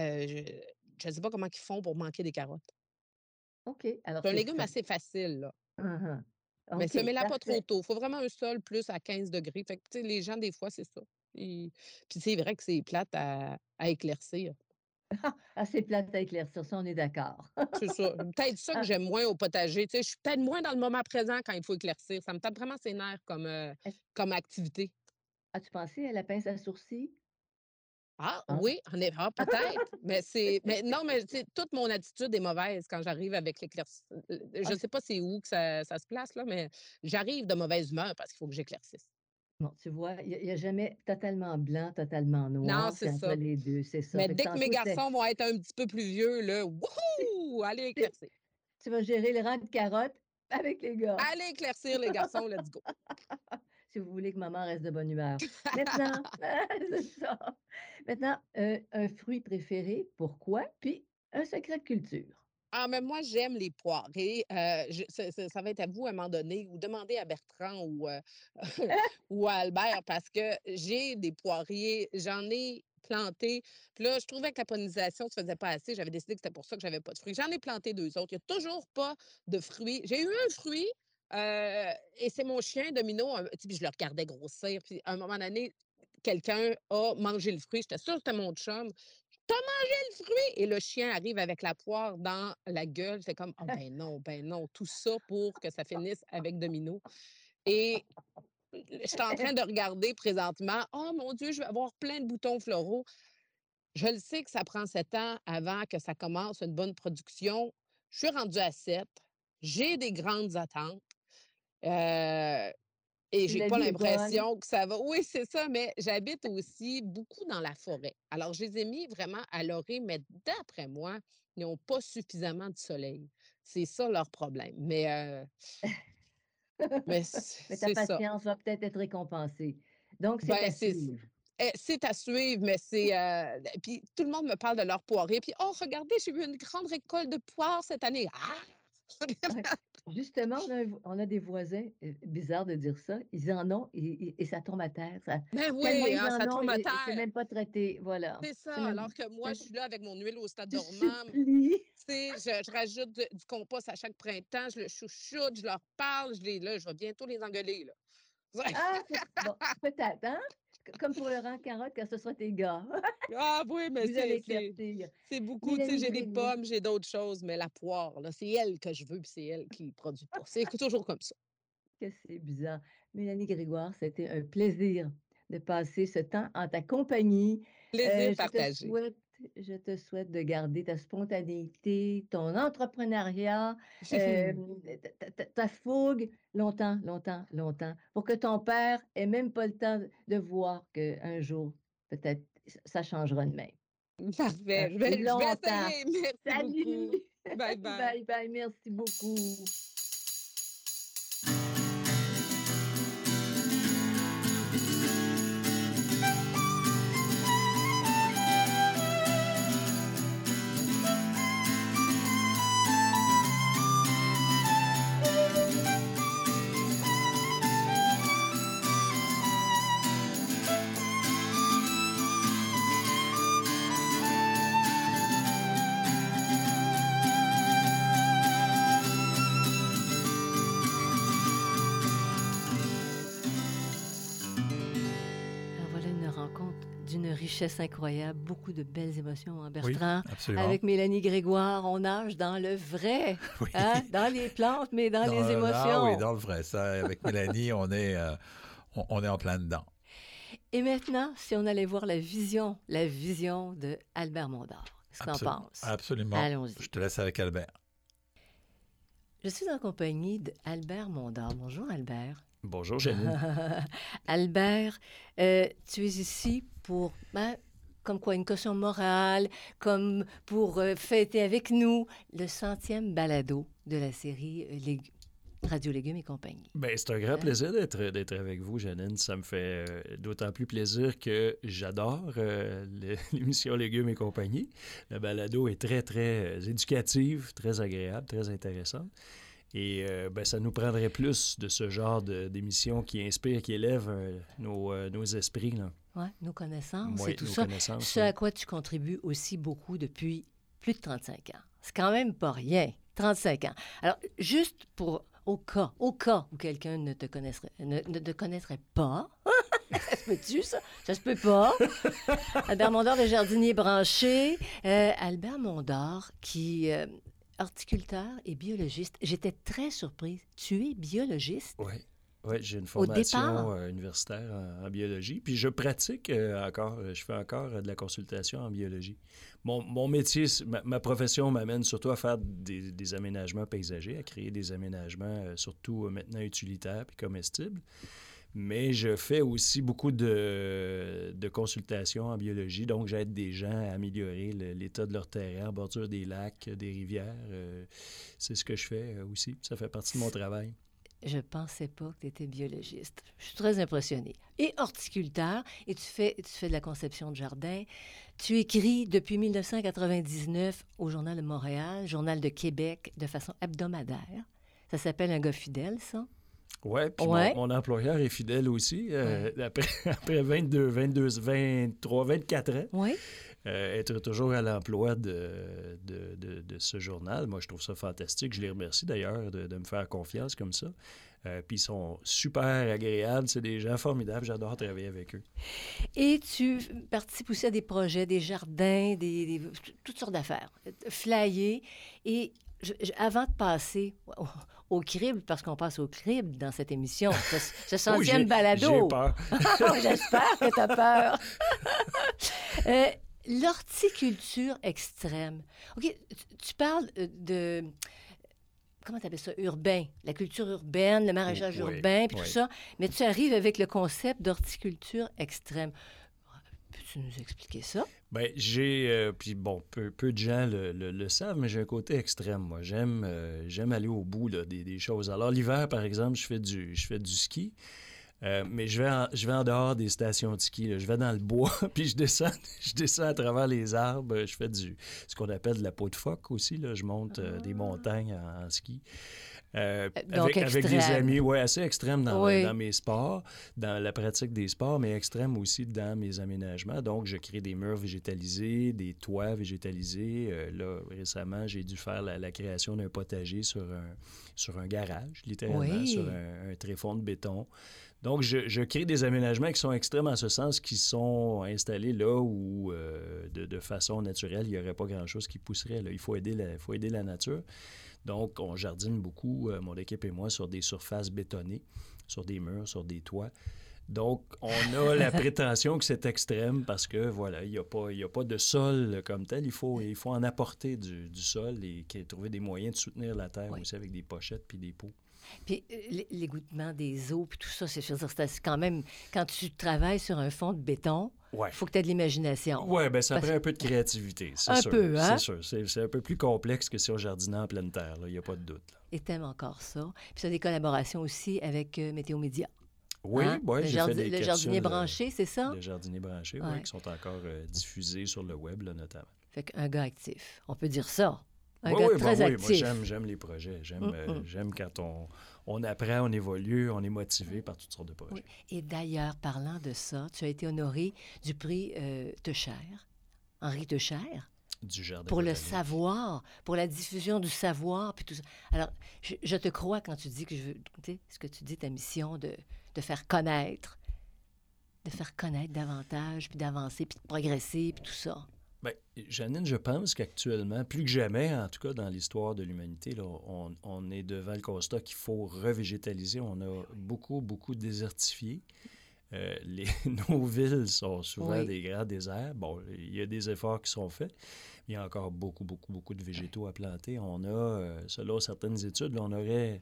S3: je ne sais pas comment ils font pour manquer des carottes.
S1: OK, alors
S3: C'est un
S1: c'est
S3: légume
S1: simple.
S3: assez facile, là,
S1: Mmh.
S3: mais
S1: OK,
S3: semez-la pas trop
S1: parfait.
S3: tôt. Il faut vraiment un sol plus à 15 degrés. Fait que, tu sais, les gens, des fois, c'est ça. Puis c'est vrai que c'est plate à éclaircir.
S1: Ah, c'est plate à éclaircir, ça, on est d'accord.
S3: C'est ça. Peut-être ça que
S1: Ah,
S3: j'aime moins au potager. Tu sais, je suis peut-être moins dans le moment présent quand il faut éclaircir. Ça me tape vraiment ses nerfs
S1: est-ce
S3: comme activité.
S1: as-tu pensé à la pince à sourcils?
S3: Ah
S1: Ah,
S3: oui, peut-être, mais non, mais tu sais, toute mon attitude est mauvaise quand j'arrive avec l'éclairci
S1: ah,
S3: je sais pas c'est où que ça se place là, mais j'arrive de mauvaise humeur parce qu'il faut que j'éclaircisse.
S1: bon, tu vois, il y a jamais totalement blanc, totalement
S3: Non,
S1: noir,
S3: c'est
S1: c'est entre
S3: ça.
S1: les 2, c'est ça.
S3: Mais
S1: Fait que
S3: dès que mes
S1: tantôt, c'était
S3: garçons vont être un petit peu plus vieux là, wouhou! Allez éclaircir.
S1: tu vas gérer le rang de carottes avec les gars,
S3: Allez éclaircir les garçons, let's go.
S1: si vous voulez que maman reste de bonne humeur. Maintenant, c'est ça. Maintenant, un fruit préféré, pourquoi? Puis un secret de culture.
S3: Ah, mais moi, j'aime les poirées. Ça va être à vous à un moment donné, ou demander à Bertrand ou à Albert, parce que j'ai des poiriers, j'en ai planté. Puis là, je trouvais que la pollinisation ne se faisait pas assez. J'avais décidé que c'était pour ça que j'avais pas de fruits. J'en ai planté 2 autres. Il n'y a toujours pas de fruits. J'ai eu un fruit, et c'est mon chien Domino, tu sais, puis je le regardais grossir. Puis à un moment donné, quelqu'un a mangé le fruit. J'étais sûre que c'était mon chum. «Tu mangé le fruit!» Et le chien arrive avec la poire dans la gueule. C'est comme: «Oh ben non, tout ça pour que ça finisse avec Domino» et je suis en train de regarder présentement. «Oh mon Dieu, je vais avoir plein de boutons floraux». Je le sais que ça prend 7 ans avant que ça commence une bonne production. Je suis rendue à 7. J'ai des grandes attentes. Heu et
S1: Puis
S3: j'ai
S1: la
S3: pas
S1: vie est bonne.
S3: l'impression que ça va oui, c'est ça, mais j'habite aussi beaucoup dans la forêt. Alors, je les ai mis vraiment à l'orée, mais d'après moi, ils n'ont pas suffisamment de soleil. C'est ça leur problème. Mais
S1: Mais ta
S3: c'est ça.
S1: patience va peut-être être récompensée. Donc c'est
S3: Ben,
S1: à suivre.
S3: c'est à suivre, mais puis tout le monde me parle de leur poirier, puis: «Oh regardez, j'ai eu une grande récolte de poires cette année». Ah!
S1: Ouais. Justement, on a des voisins, bizarre de dire ça, ils en ont et ça tombe à terre.
S3: Ben
S1: Tellement
S3: oui,
S1: ils
S3: hein,
S1: en
S3: ça
S1: ont
S3: tombe à
S1: et c'est
S3: terre.
S1: même pas traité. Voilà.
S3: C'est
S1: C'est
S3: ça,
S1: même.
S3: alors que moi, je suis là avec mon huile au stade
S1: Tu
S3: dormant.
S1: supplies.
S3: Tu sais, je rajoute du compost à chaque printemps, je le chouchoute, je leur parle, je vais bientôt les engueuler, là.
S1: Ah, bon, peut-être, hein? Comme pour le rang carotte quand ce sera tes gars.
S3: Ah oui, mais
S1: Vous allez éclaircir.
S3: c'est beaucoup, tu sais,
S1: Mélanie
S3: j'ai des
S1: Grégoire,
S3: pommes, j'ai d'autres choses, mais la poire, là, c'est elle que je veux, puis c'est elle qui produit pas. C'est toujours comme ça.
S1: que c'est bizarre. Mélanie Grégoire, c'était un plaisir de passer ce temps en ta compagnie.
S3: Plaisir
S1: Je te
S3: partagé.
S1: souhaite, je te souhaite de garder ta spontanéité, ton entrepreneuriat, euh, ta fougue longtemps, longtemps, longtemps, pour que ton père ait même pas le temps de voir qu'un jour, peut-être, ça changera de main. Hein?
S3: Parfait. Je vais
S1: Longtemps.
S3: essayer. Merci beaucoup.
S1: Salut!
S3: Bye bye.
S1: Bye bye, merci beaucoup. Alors voilà une rencontre d'une richesse incroyable, beaucoup de belles émotions, hein,
S2: Oui,
S1: Bertrand.
S2: absolument.
S1: Avec Mélanie Grégoire, on nage dans le vrai,
S2: Oui.
S1: hein, dans les plantes, mais dans les
S2: Ah
S1: émotions.
S2: oui, dans le vrai. Ça, avec Mélanie, on est en plein dedans.
S1: Et maintenant, si on allait voir la vision de Albert Mondor, qu'est-ce que t'en penses?
S2: Absolument.
S1: Allons-y.
S2: Je te laisse avec Albert.
S1: Je suis en compagnie d'Albert Mondor. Bonjour Albert.
S4: Bonjour, Janine.
S1: Albert, tu es ici pour, comme quoi, une caution morale, comme pour fêter avec nous le 100e balado de la série Radio Légumes et compagnie.
S4: Ben, c'est un grand plaisir d'être avec vous, Janine. Ça me fait d'autant plus plaisir que j'adore l'émission Légumes et compagnie. Le balado est très, très éducative, très agréable, très intéressante. Et ça nous prendrait plus de ce genre d'émissions qui inspirent, qui élèvent nos esprits.
S1: Oui, nos connaissances
S4: Ouais,
S1: et tout
S4: nos
S1: ça.
S4: connaissances,
S1: Ce à quoi tu contribues aussi beaucoup depuis plus de 35 ans. C'est quand même pas rien, 35 ans. Alors, juste pour, au cas où quelqu'un ne te connaîtrait pas, ça se peut-tu, ça? Ça se peut pas. Albert Mondor, le jardinier branché. Albert Mondor, qui... horticulteur et biologiste. J'étais très surprise. Tu es biologiste?
S4: Oui, j'ai une
S1: Au départ?
S4: formation universitaire en biologie. Puis je pratique encore, je fais encore de la consultation en biologie. Mon métier, ma profession m'amène surtout à faire des aménagements paysagers, à créer des aménagements surtout maintenant utilitaires puis comestibles. Mais je fais aussi beaucoup de consultations en biologie. Donc, j'aide des gens à améliorer l'état de leur terrain en bordure des lacs, des rivières. C'est ce que je fais aussi. Ça fait partie de mon travail.
S1: Je pensais pas que tu étais biologiste. Je suis très impressionnée. Et horticulteur, et tu fais de la conception de jardin. Tu écris depuis 1999 au Journal de Montréal, Journal de Québec, de façon hebdomadaire. Ça s'appelle Un gars fidèle, ça?
S4: Oui, puis
S1: Ouais.
S4: mon employeur est fidèle aussi. Après 23, 24 ans,
S1: Oui.
S4: être toujours à l'emploi de ce journal, moi, je trouve ça fantastique. Je les remercie d'ailleurs de me faire confiance comme ça. Puis ils sont super agréables. C'est des gens formidables. J'adore travailler avec eux.
S1: Et tu participes aussi à des projets, des jardins, toutes sortes d'affaires. Flyer. Et avant de passer au crible, parce qu'on passe au crible dans cette émission, ce 100e balado.
S4: J'ai peur.
S1: J'espère que tu as peur. L'horticulture extrême. OK, tu parles de... Comment tu appelles ça? Urbain. La culture urbaine, le maraîchage urbain, puis tout ça. Mais tu arrives avec le concept d'horticulture extrême. Peux-tu nous expliquer ça?
S4: Bien, j'ai... puis bon, peu de gens le savent, mais j'ai un côté extrême, moi. J'aime aller au bout là, des choses. Alors, l'hiver, par exemple, je fais du ski. Mais je vais en dehors des stations de ski. Là. Je vais dans le bois, puis je descends à travers les arbres. Je fais ce qu'on appelle de la peau de phoque aussi. Là. Je monte des montagnes en ski.
S1: Donc
S4: avec des amis, assez extrêmes dans mes sports, dans la pratique des sports, mais extrêmes aussi dans mes aménagements. Donc, je crée des murs végétalisés, des toits végétalisés. Là, récemment, j'ai dû faire la création d'un potager sur un garage, littéralement, sur un tréfonds de béton. Donc, je crée des aménagements qui sont extrêmes en ce sens, qui sont installés là où, de façon naturelle, il n'y aurait pas grand-chose qui pousserait. Là. Il faut aider la nature. Donc, on jardine beaucoup, mon équipe et moi, sur des surfaces bétonnées, sur des murs, sur des toits. Donc, on a la prétention que c'est extrême parce que, voilà, il n'y a pas de sol comme tel. Il faut en apporter du sol et trouver des moyens de soutenir la terre aussi avec des pochettes puis des pots.
S1: Puis l'égouttement des eaux, puis tout ça, c'est quand même, quand tu travailles sur un fond de béton, il faut que tu aies de l'imagination.
S4: Oui, bien, ça prend un peu de créativité, c'est sûr. Un peu, hein? C'est sûr. C'est un peu plus complexe que si on jardinait en pleine terre, il n'y a pas de doute. Là.
S1: Et t'aimes encore ça. Puis tu as des collaborations aussi avec Météo Média.
S4: Oui, j'ai fait des
S1: le jardinier branché, c'est ça?
S4: Le jardinier branché, oui, qui sont encore diffusés sur le web, là, notamment.
S1: Fait qu'un gars actif, on peut dire ça. Un gars très actif.
S4: Moi, j'aime les projets. J'aime quand on apprend, on évolue, on est motivé par toutes sortes de projets. Oui.
S1: Et d'ailleurs, parlant de ça, tu as été honoré du prix Teucher, Henri Teucher,
S4: du jardin
S1: pour
S4: botanique.
S1: Le savoir, pour la diffusion du savoir, puis tout ça. Alors, je te crois quand tu dis que ce que tu dis, ta mission de faire connaître davantage, puis d'avancer, puis de progresser, puis tout ça.
S4: Bien, Janine, je pense qu'actuellement, plus que jamais, en tout cas dans l'histoire de l'humanité, là, on est devant le constat qu'il faut revégétaliser. On a beaucoup désertifié. Nos villes sont souvent des grands déserts. Bon, il y a des efforts qui sont faits. Il y a encore beaucoup de végétaux à planter. On a, selon certaines études, là, on aurait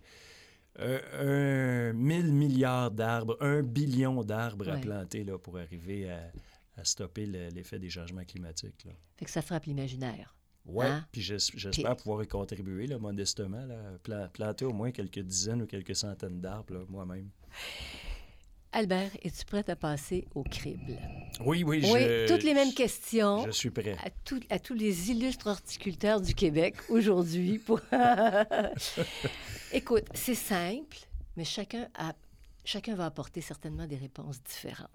S4: 1 000 milliards d'arbres, 1 billion d'arbres à planter là, pour arriver à stopper l'effet des changements climatiques. Là.
S1: Fait que ça frappe l'imaginaire.
S4: Oui, puis j'espère pouvoir y contribuer là, modestement, là, planter au moins quelques dizaines ou quelques centaines d'arbres là, moi-même.
S1: Albert, es-tu prêt à passer au crible?
S4: Oui,
S1: toutes les mêmes questions.
S4: Je suis prêt.
S1: À tous les illustres horticulteurs du Québec aujourd'hui. Écoute, c'est simple, mais chacun va apporter certainement des réponses différentes.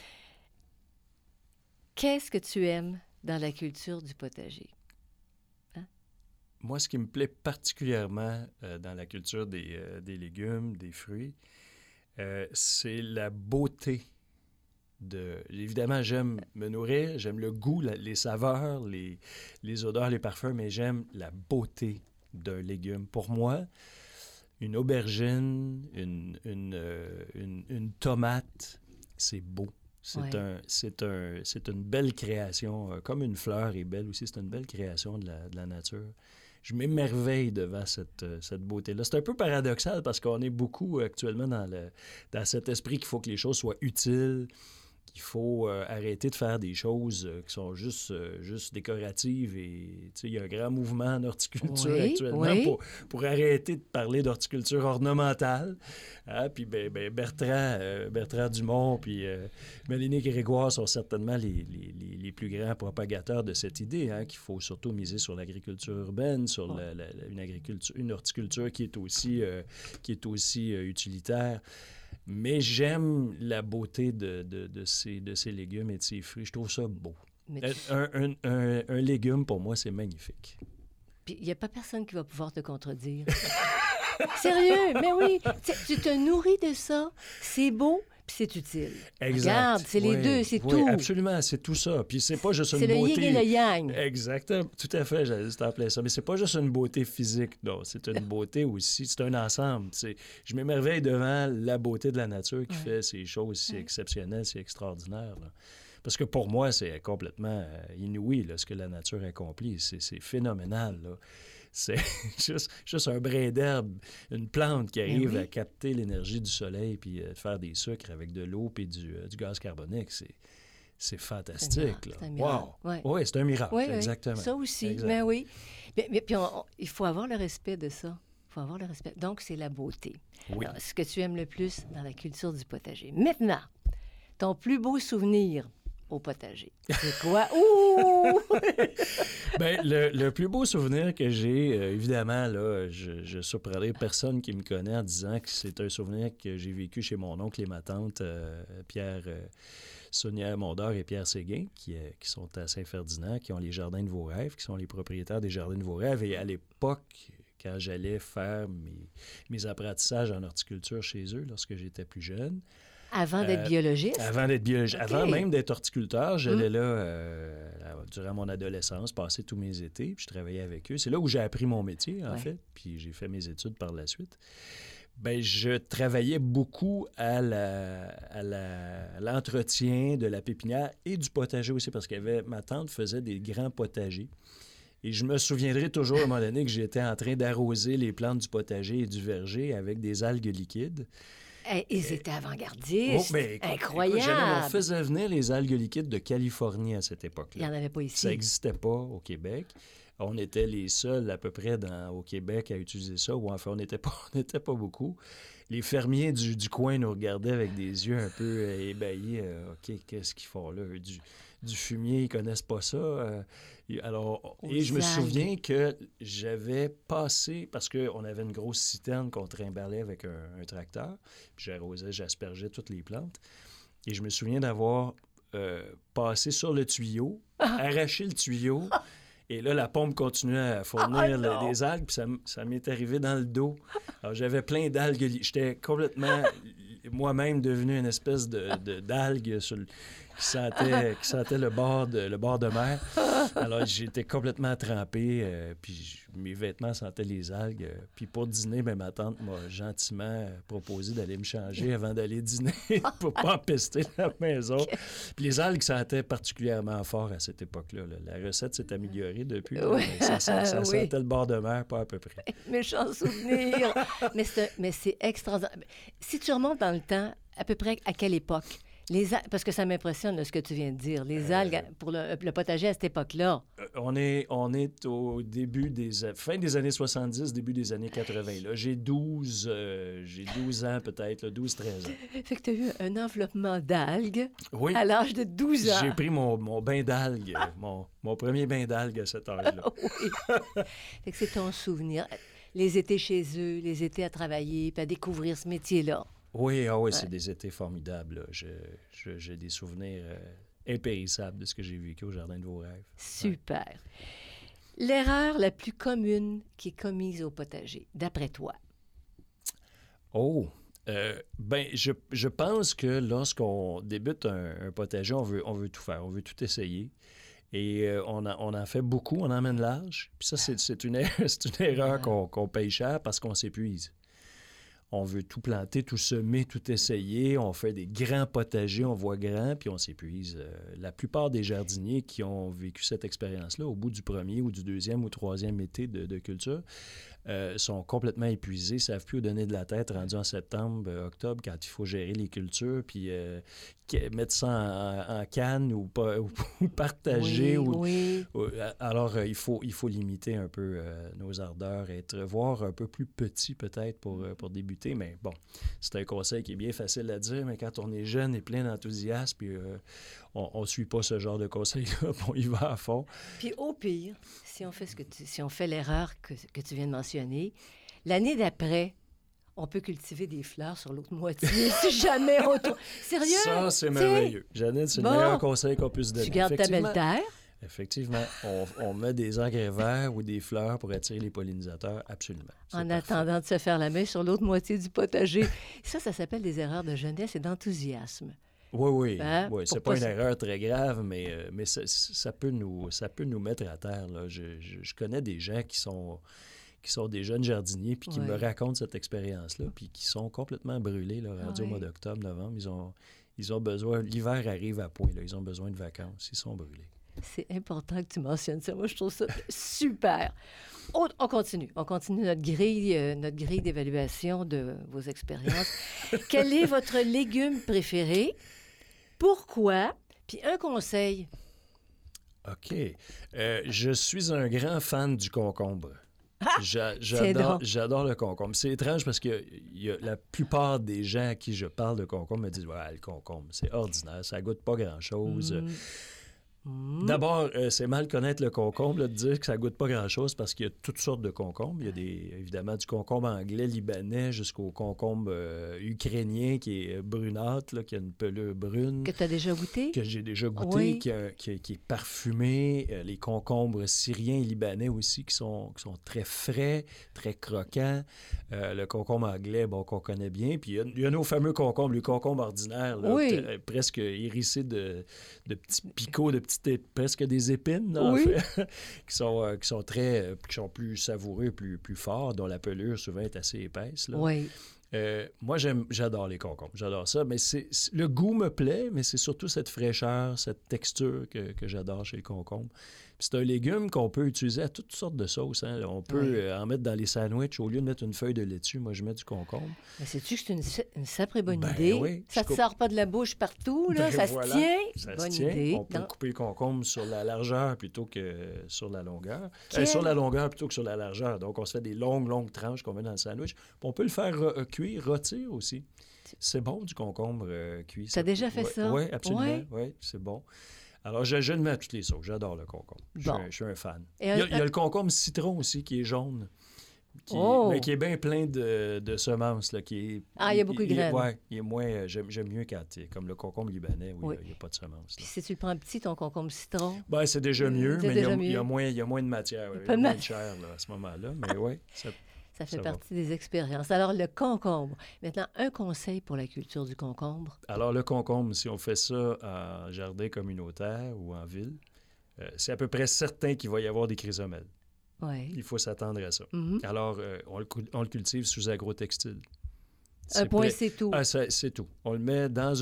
S1: Qu'est-ce que tu aimes dans la culture du potager? Hein?
S4: Moi, ce qui me plaît particulièrement dans la culture des légumes, des fruits, c'est la beauté évidemment, j'aime me nourrir, j'aime le goût, les saveurs, les odeurs, les parfums, mais j'aime la beauté d'un légume. Pour moi, une aubergine, une tomate, c'est beau. C'est une belle création, comme une fleur est belle aussi, c'est une belle création de la nature. Je m'émerveille devant cette beauté-là. C'est un peu paradoxal parce qu'on est beaucoup actuellement dans cet esprit qu'il faut que les choses soient utiles, qu'il faut arrêter de faire des choses qui sont juste décoratives. Et il y a un grand mouvement en horticulture actuellement pour arrêter de parler d'horticulture ornementale. Hein? Puis Bertrand Dumont puis Mélanie Grégoire sont certainement les plus grands propagateurs de cette idée, hein, qu'il faut surtout miser sur l'agriculture urbaine, sur une horticulture qui est aussi utilitaire. Mais j'aime la beauté de ces légumes et de ces fruits. Je trouve ça beau. Un légume, pour moi, c'est magnifique.
S1: Puis il n'y a pas personne qui va pouvoir te contredire. Sérieux, mais oui. Tu te nourris de ça. C'est beau. Puis c'est utile.
S4: Exact.
S1: Regarde, c'est les deux, c'est tout.
S4: Oui, absolument, c'est tout ça. Puis c'est pas juste une beauté...
S1: C'est le yin et le yang.
S4: Exactement, tout à fait, j'allais juste appeler ça. Mais c'est pas juste une beauté physique, non. C'est une beauté aussi, c'est un ensemble. Je m'émerveille devant la beauté de la nature qui fait ces choses si exceptionnelles, si extraordinaires. Là. Parce que pour moi, c'est complètement inouï, là, ce que la nature accomplit. C'est phénoménal, là. C'est juste un brin d'herbe, une plante qui arrive à capter l'énergie du soleil puis faire des sucres avec de l'eau puis du gaz carbonique. C'est fantastique.
S1: C'est un miracle.
S4: Wow! Oui, c'est un miracle, exactement.
S1: Ça aussi,
S4: exact.
S1: mais oui. Mais puis il faut avoir le respect de ça. Il faut avoir le respect. Donc, c'est la beauté.
S4: Oui.
S1: Alors, ce que tu aimes le plus dans la culture du potager. Maintenant, ton plus beau souvenir au potager, c'est quoi? Ouh!
S4: Bien, le plus beau souvenir que j'ai, évidemment, là, je surprendrai personne qui me connaît en disant que c'est un souvenir que j'ai vécu chez mon oncle et ma tante, Pierre Saunière-Mondor et Pierre Séguin, qui sont à Saint-Ferdinand, qui ont les Jardins de vos rêves, qui sont les propriétaires des Jardins de vos rêves. Et à l'époque, quand j'allais faire mes apprentissages en horticulture chez eux, lorsque j'étais plus jeune,
S1: Avant d'être biologiste?
S4: Avant d'être biologiste.
S1: OK.
S4: Avant même d'être horticulteur, j'allais là durant mon adolescence, passer tous mes étés, puis je travaillais avec eux. C'est là où j'ai appris mon métier, en fait, puis j'ai fait mes études par la suite. Bien, je travaillais beaucoup à l'entretien de la pépinière et du potager aussi, parce que ma tante faisait des grands potagers. Et je me souviendrai toujours à un moment donné que j'étais en train d'arroser les plantes du potager et du verger avec des algues liquides.
S1: Ils étaient avant-gardistes. Incroyable!
S4: Écoute, on faisait venir les algues liquides de Californie à cette époque-là.
S1: Il n'y en avait pas ici.
S4: Ça n'existait pas au Québec. On était les seuls à peu près au Québec à utiliser ça, ou enfin, on n'était pas beaucoup. Les fermiers du coin nous regardaient avec des yeux un peu ébahis. OK, qu'est-ce qu'ils font là? Du fumier, ils ne connaissent pas ça. Je me souviens que j'avais passé, parce qu'on avait une grosse citerne qu'on trimballait avec un tracteur, puis j'arrosais, j'aspergeais toutes les plantes. Et je me souviens d'avoir passé sur le tuyau, arraché le tuyau, et là, la pompe continuait à fournir des algues, puis ça m'est arrivé dans le dos. Alors, j'avais plein d'algues. J'étais complètement, moi-même, devenu une espèce d'algue qui sentait le bord de mer. Alors, j'étais complètement trempé, puis mes vêtements sentaient les algues. Puis pour dîner, ma tante m'a gentiment proposé d'aller me changer avant d'aller dîner pour pas empester la maison. Puis les algues sentaient particulièrement fort à cette époque-là. La recette s'est améliorée depuis. Ça sentait le bord de mer, pas à peu près.
S1: Méchant souvenir! mais c'est extraordinaire. Si tu remontes dans le temps, à peu près à quelle époque? Parce que ça m'impressionne, ce que tu viens de dire. Les algues pour le potager à cette époque-là. On est au début
S4: fin des années 70, début des années 80. Là. J'ai 12 ans peut-être, 12-13 ans.
S1: Fait que tu as eu un enveloppement d'algues à l'âge de 12 ans.
S4: J'ai pris mon bain d'algues, mon premier bain d'algues à cet âge-là.
S1: Oui. Fait que c'est ton souvenir. Les étés chez eux, les étés à travailler, puis à découvrir ce métier-là.
S4: Oui, c'est des étés formidables. Là. J'ai des souvenirs impérissables de ce que j'ai vécu au Jardin de vos rêves.
S1: Super. Ouais. L'erreur la plus commune qui est commise au potager, d'après toi?
S4: Je pense que lorsqu'on débute un potager, on veut tout faire, on veut tout essayer. Et on en fait beaucoup, on emmène large. Puis ça, c'est une erreur qu'on paye cher parce qu'on s'épuise. On veut tout planter, tout semer, tout essayer. On fait des grands potagers, on voit grand, puis on s'épuise. La plupart des jardiniers qui ont vécu cette expérience-là, au bout du premier ou du deuxième ou troisième été de culture, sont complètement épuisés, ne savent plus où donner de la tête, rendus en septembre, octobre, quand il faut gérer les cultures, puis mettre ça en canne ou partager. Alors, il faut limiter un peu nos ardeurs, voir un peu plus petit peut-être pour débuter. Mais bon, c'est un conseil qui est bien facile à dire, mais quand on est jeune et plein d'enthousiasme, puis on ne suit pas ce genre de conseils-là, on y va à fond.
S1: Puis au pire, si on fait l'erreur que tu viens de mentionner, l'année d'après, on peut cultiver des fleurs sur l'autre moitié si jamais on trouve... Sérieux?
S4: Ça, c'est merveilleux. Jeannette, c'est le meilleur conseil qu'on puisse donner.
S1: Tu gardes ta belle terre.
S4: Effectivement, on met des engrais verts ou des fleurs pour attirer les pollinisateurs, absolument.
S1: En attendant de se faire la main sur l'autre moitié du potager. Ça s'appelle des erreurs de jeunesse et d'enthousiasme.
S4: Oui. C'est pas une erreur très grave, mais ça peut nous mettre à terre. Là. Je connais des gens qui sont des jeunes jardiniers puis qui me racontent cette expérience-là, puis qui sont complètement brûlés, là, rendus au mois d'octobre, novembre. Ils ont besoin... L'hiver arrive à point, là. Ils ont besoin de vacances. Ils sont brûlés.
S1: C'est important que tu mentionnes ça. Moi, je trouve ça super. On continue. On continue notre grille d'évaluation de vos expériences. Quel est votre légume préféré? Pourquoi? Puis un conseil.
S4: OK. Je suis un grand fan du concombre. J'adore le concombre. C'est étrange parce que la plupart des gens à qui je parle de concombre me disent « Ouais, le concombre, c'est ordinaire, ça goûte pas grand-chose. D'abord, c'est mal connaître le concombre, là, de dire que ça goûte pas grand-chose parce qu'il y a toutes sortes de concombres. Il y a évidemment du concombre anglais, libanais, jusqu'au concombre ukrainien qui est brunâtre, là, qui a une pelure brune.
S1: Que tu as déjà goûté? Que
S4: j'ai déjà goûté, oui. qui est parfumé. Les concombres syriens et libanais aussi qui sont très frais, très croquants. Le concombre anglais, bon, qu'on connaît bien. Puis il y a nos fameux concombres, les concombres ordinaires, là,
S1: oui.
S4: Presque hérissés de petits picots, presque des épines, là,
S1: oui.
S4: en fait, qui sont plus savoureux, plus forts, dont la pelure souvent est assez épaisse. Là.
S1: Oui.
S4: Moi, j'adore les concombres, j'adore ça, mais le goût me plaît, mais c'est surtout cette fraîcheur, cette texture que j'adore chez le concombre. Puis c'est un légume qu'on peut utiliser à toutes sortes de sauces. Hein. On peut en mettre dans les sandwichs. Au lieu de mettre une feuille de laitue, moi, je mets du concombre.
S1: Mais sais-tu que c'est une sacrée bonne idée?
S4: Oui,
S1: ça ne te sort pas de la bouche partout, là? Ça se tient?
S4: Ça se tient. Idée. On peut couper le concombre sur la largeur plutôt que sur la longueur. Sur la longueur plutôt que sur la largeur. Donc, on se fait des longues tranches qu'on met dans le sandwich. Puis on peut le faire cuire, rôtir aussi. C'est bon, du concombre cuit.
S1: Tu as déjà fait ça?
S4: Oui, absolument. Oui, c'est bon. Alors, je le mets à toutes les sauces. J'adore le concombre. Je suis un fan. Il y a le concombre citron aussi, qui est jaune, mais qui est bien plein de semences. Là, il
S1: y a beaucoup de graines.
S4: Oui, il est moins... J'aime mieux quand comme le concombre libanais, où il n'y a pas de semences.
S1: Puis si tu le prends petit, ton concombre citron...
S4: Bien, c'est déjà mieux, mais il y a moins de matière. Il y a moins de chair là, à ce moment-là. Mais oui,
S1: ça fait partie des expériences. Alors, le concombre. Maintenant, un conseil pour la culture du concombre?
S4: Alors, le concombre, si on fait ça en jardin communautaire ou en ville, c'est à peu près certain qu'il va y avoir des chrysomèles.
S1: Ouais.
S4: Il faut s'attendre à ça. Mm-hmm. Alors, on le cultive sous agrotextile.
S1: C'est tout.
S4: Ah, c'est tout. On le met dans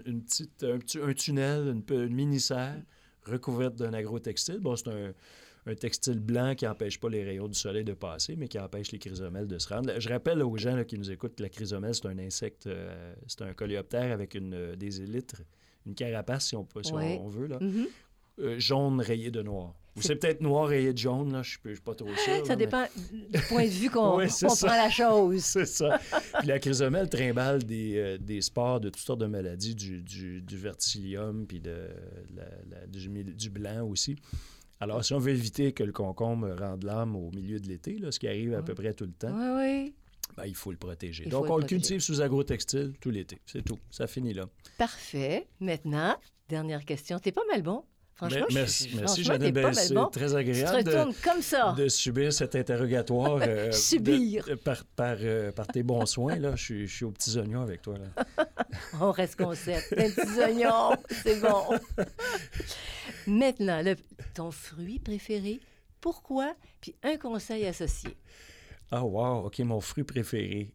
S4: un tunnel, une mini-serre recouverte d'un agrotextile. Bon, c'est un textile blanc qui n'empêche pas les rayons du soleil de passer, mais qui empêche les chrysomèles de se rendre. Je rappelle aux gens là, qui nous écoutent que la chrysomèle, c'est un insecte, c'est un coléoptère avec des élytres, une carapace, si on veut, là, jaune rayé de noir. Ou c'est peut-être noir rayé de jaune, là, je ne suis pas trop sûr.
S1: Ça dépend du point de vue qu'on prend la chose.
S4: C'est ça. Puis la chrysomèle trimballe des spores de toutes sortes de maladies, du verticillium, puis du blanc aussi. Alors, si on veut éviter que le concombre rende l'âme au milieu de l'été, là, ce qui arrive à peu près tout le temps, il faut le protéger. Donc, on le cultive sous agrotextile tout l'été. C'est tout. Ça finit là.
S1: Parfait. Maintenant, dernière question. T'es pas mal bon. Franchement,
S4: merci, Jeannette. C'est très agréable de subir cet interrogatoire par tes bons soins. Là. Je suis aux petits oignons avec toi. Là.
S1: On reste concept. Les petits oignons, c'est bon. Maintenant, ton fruit préféré, pourquoi? Puis un conseil associé.
S4: Ah, wow! OK, mon fruit préféré.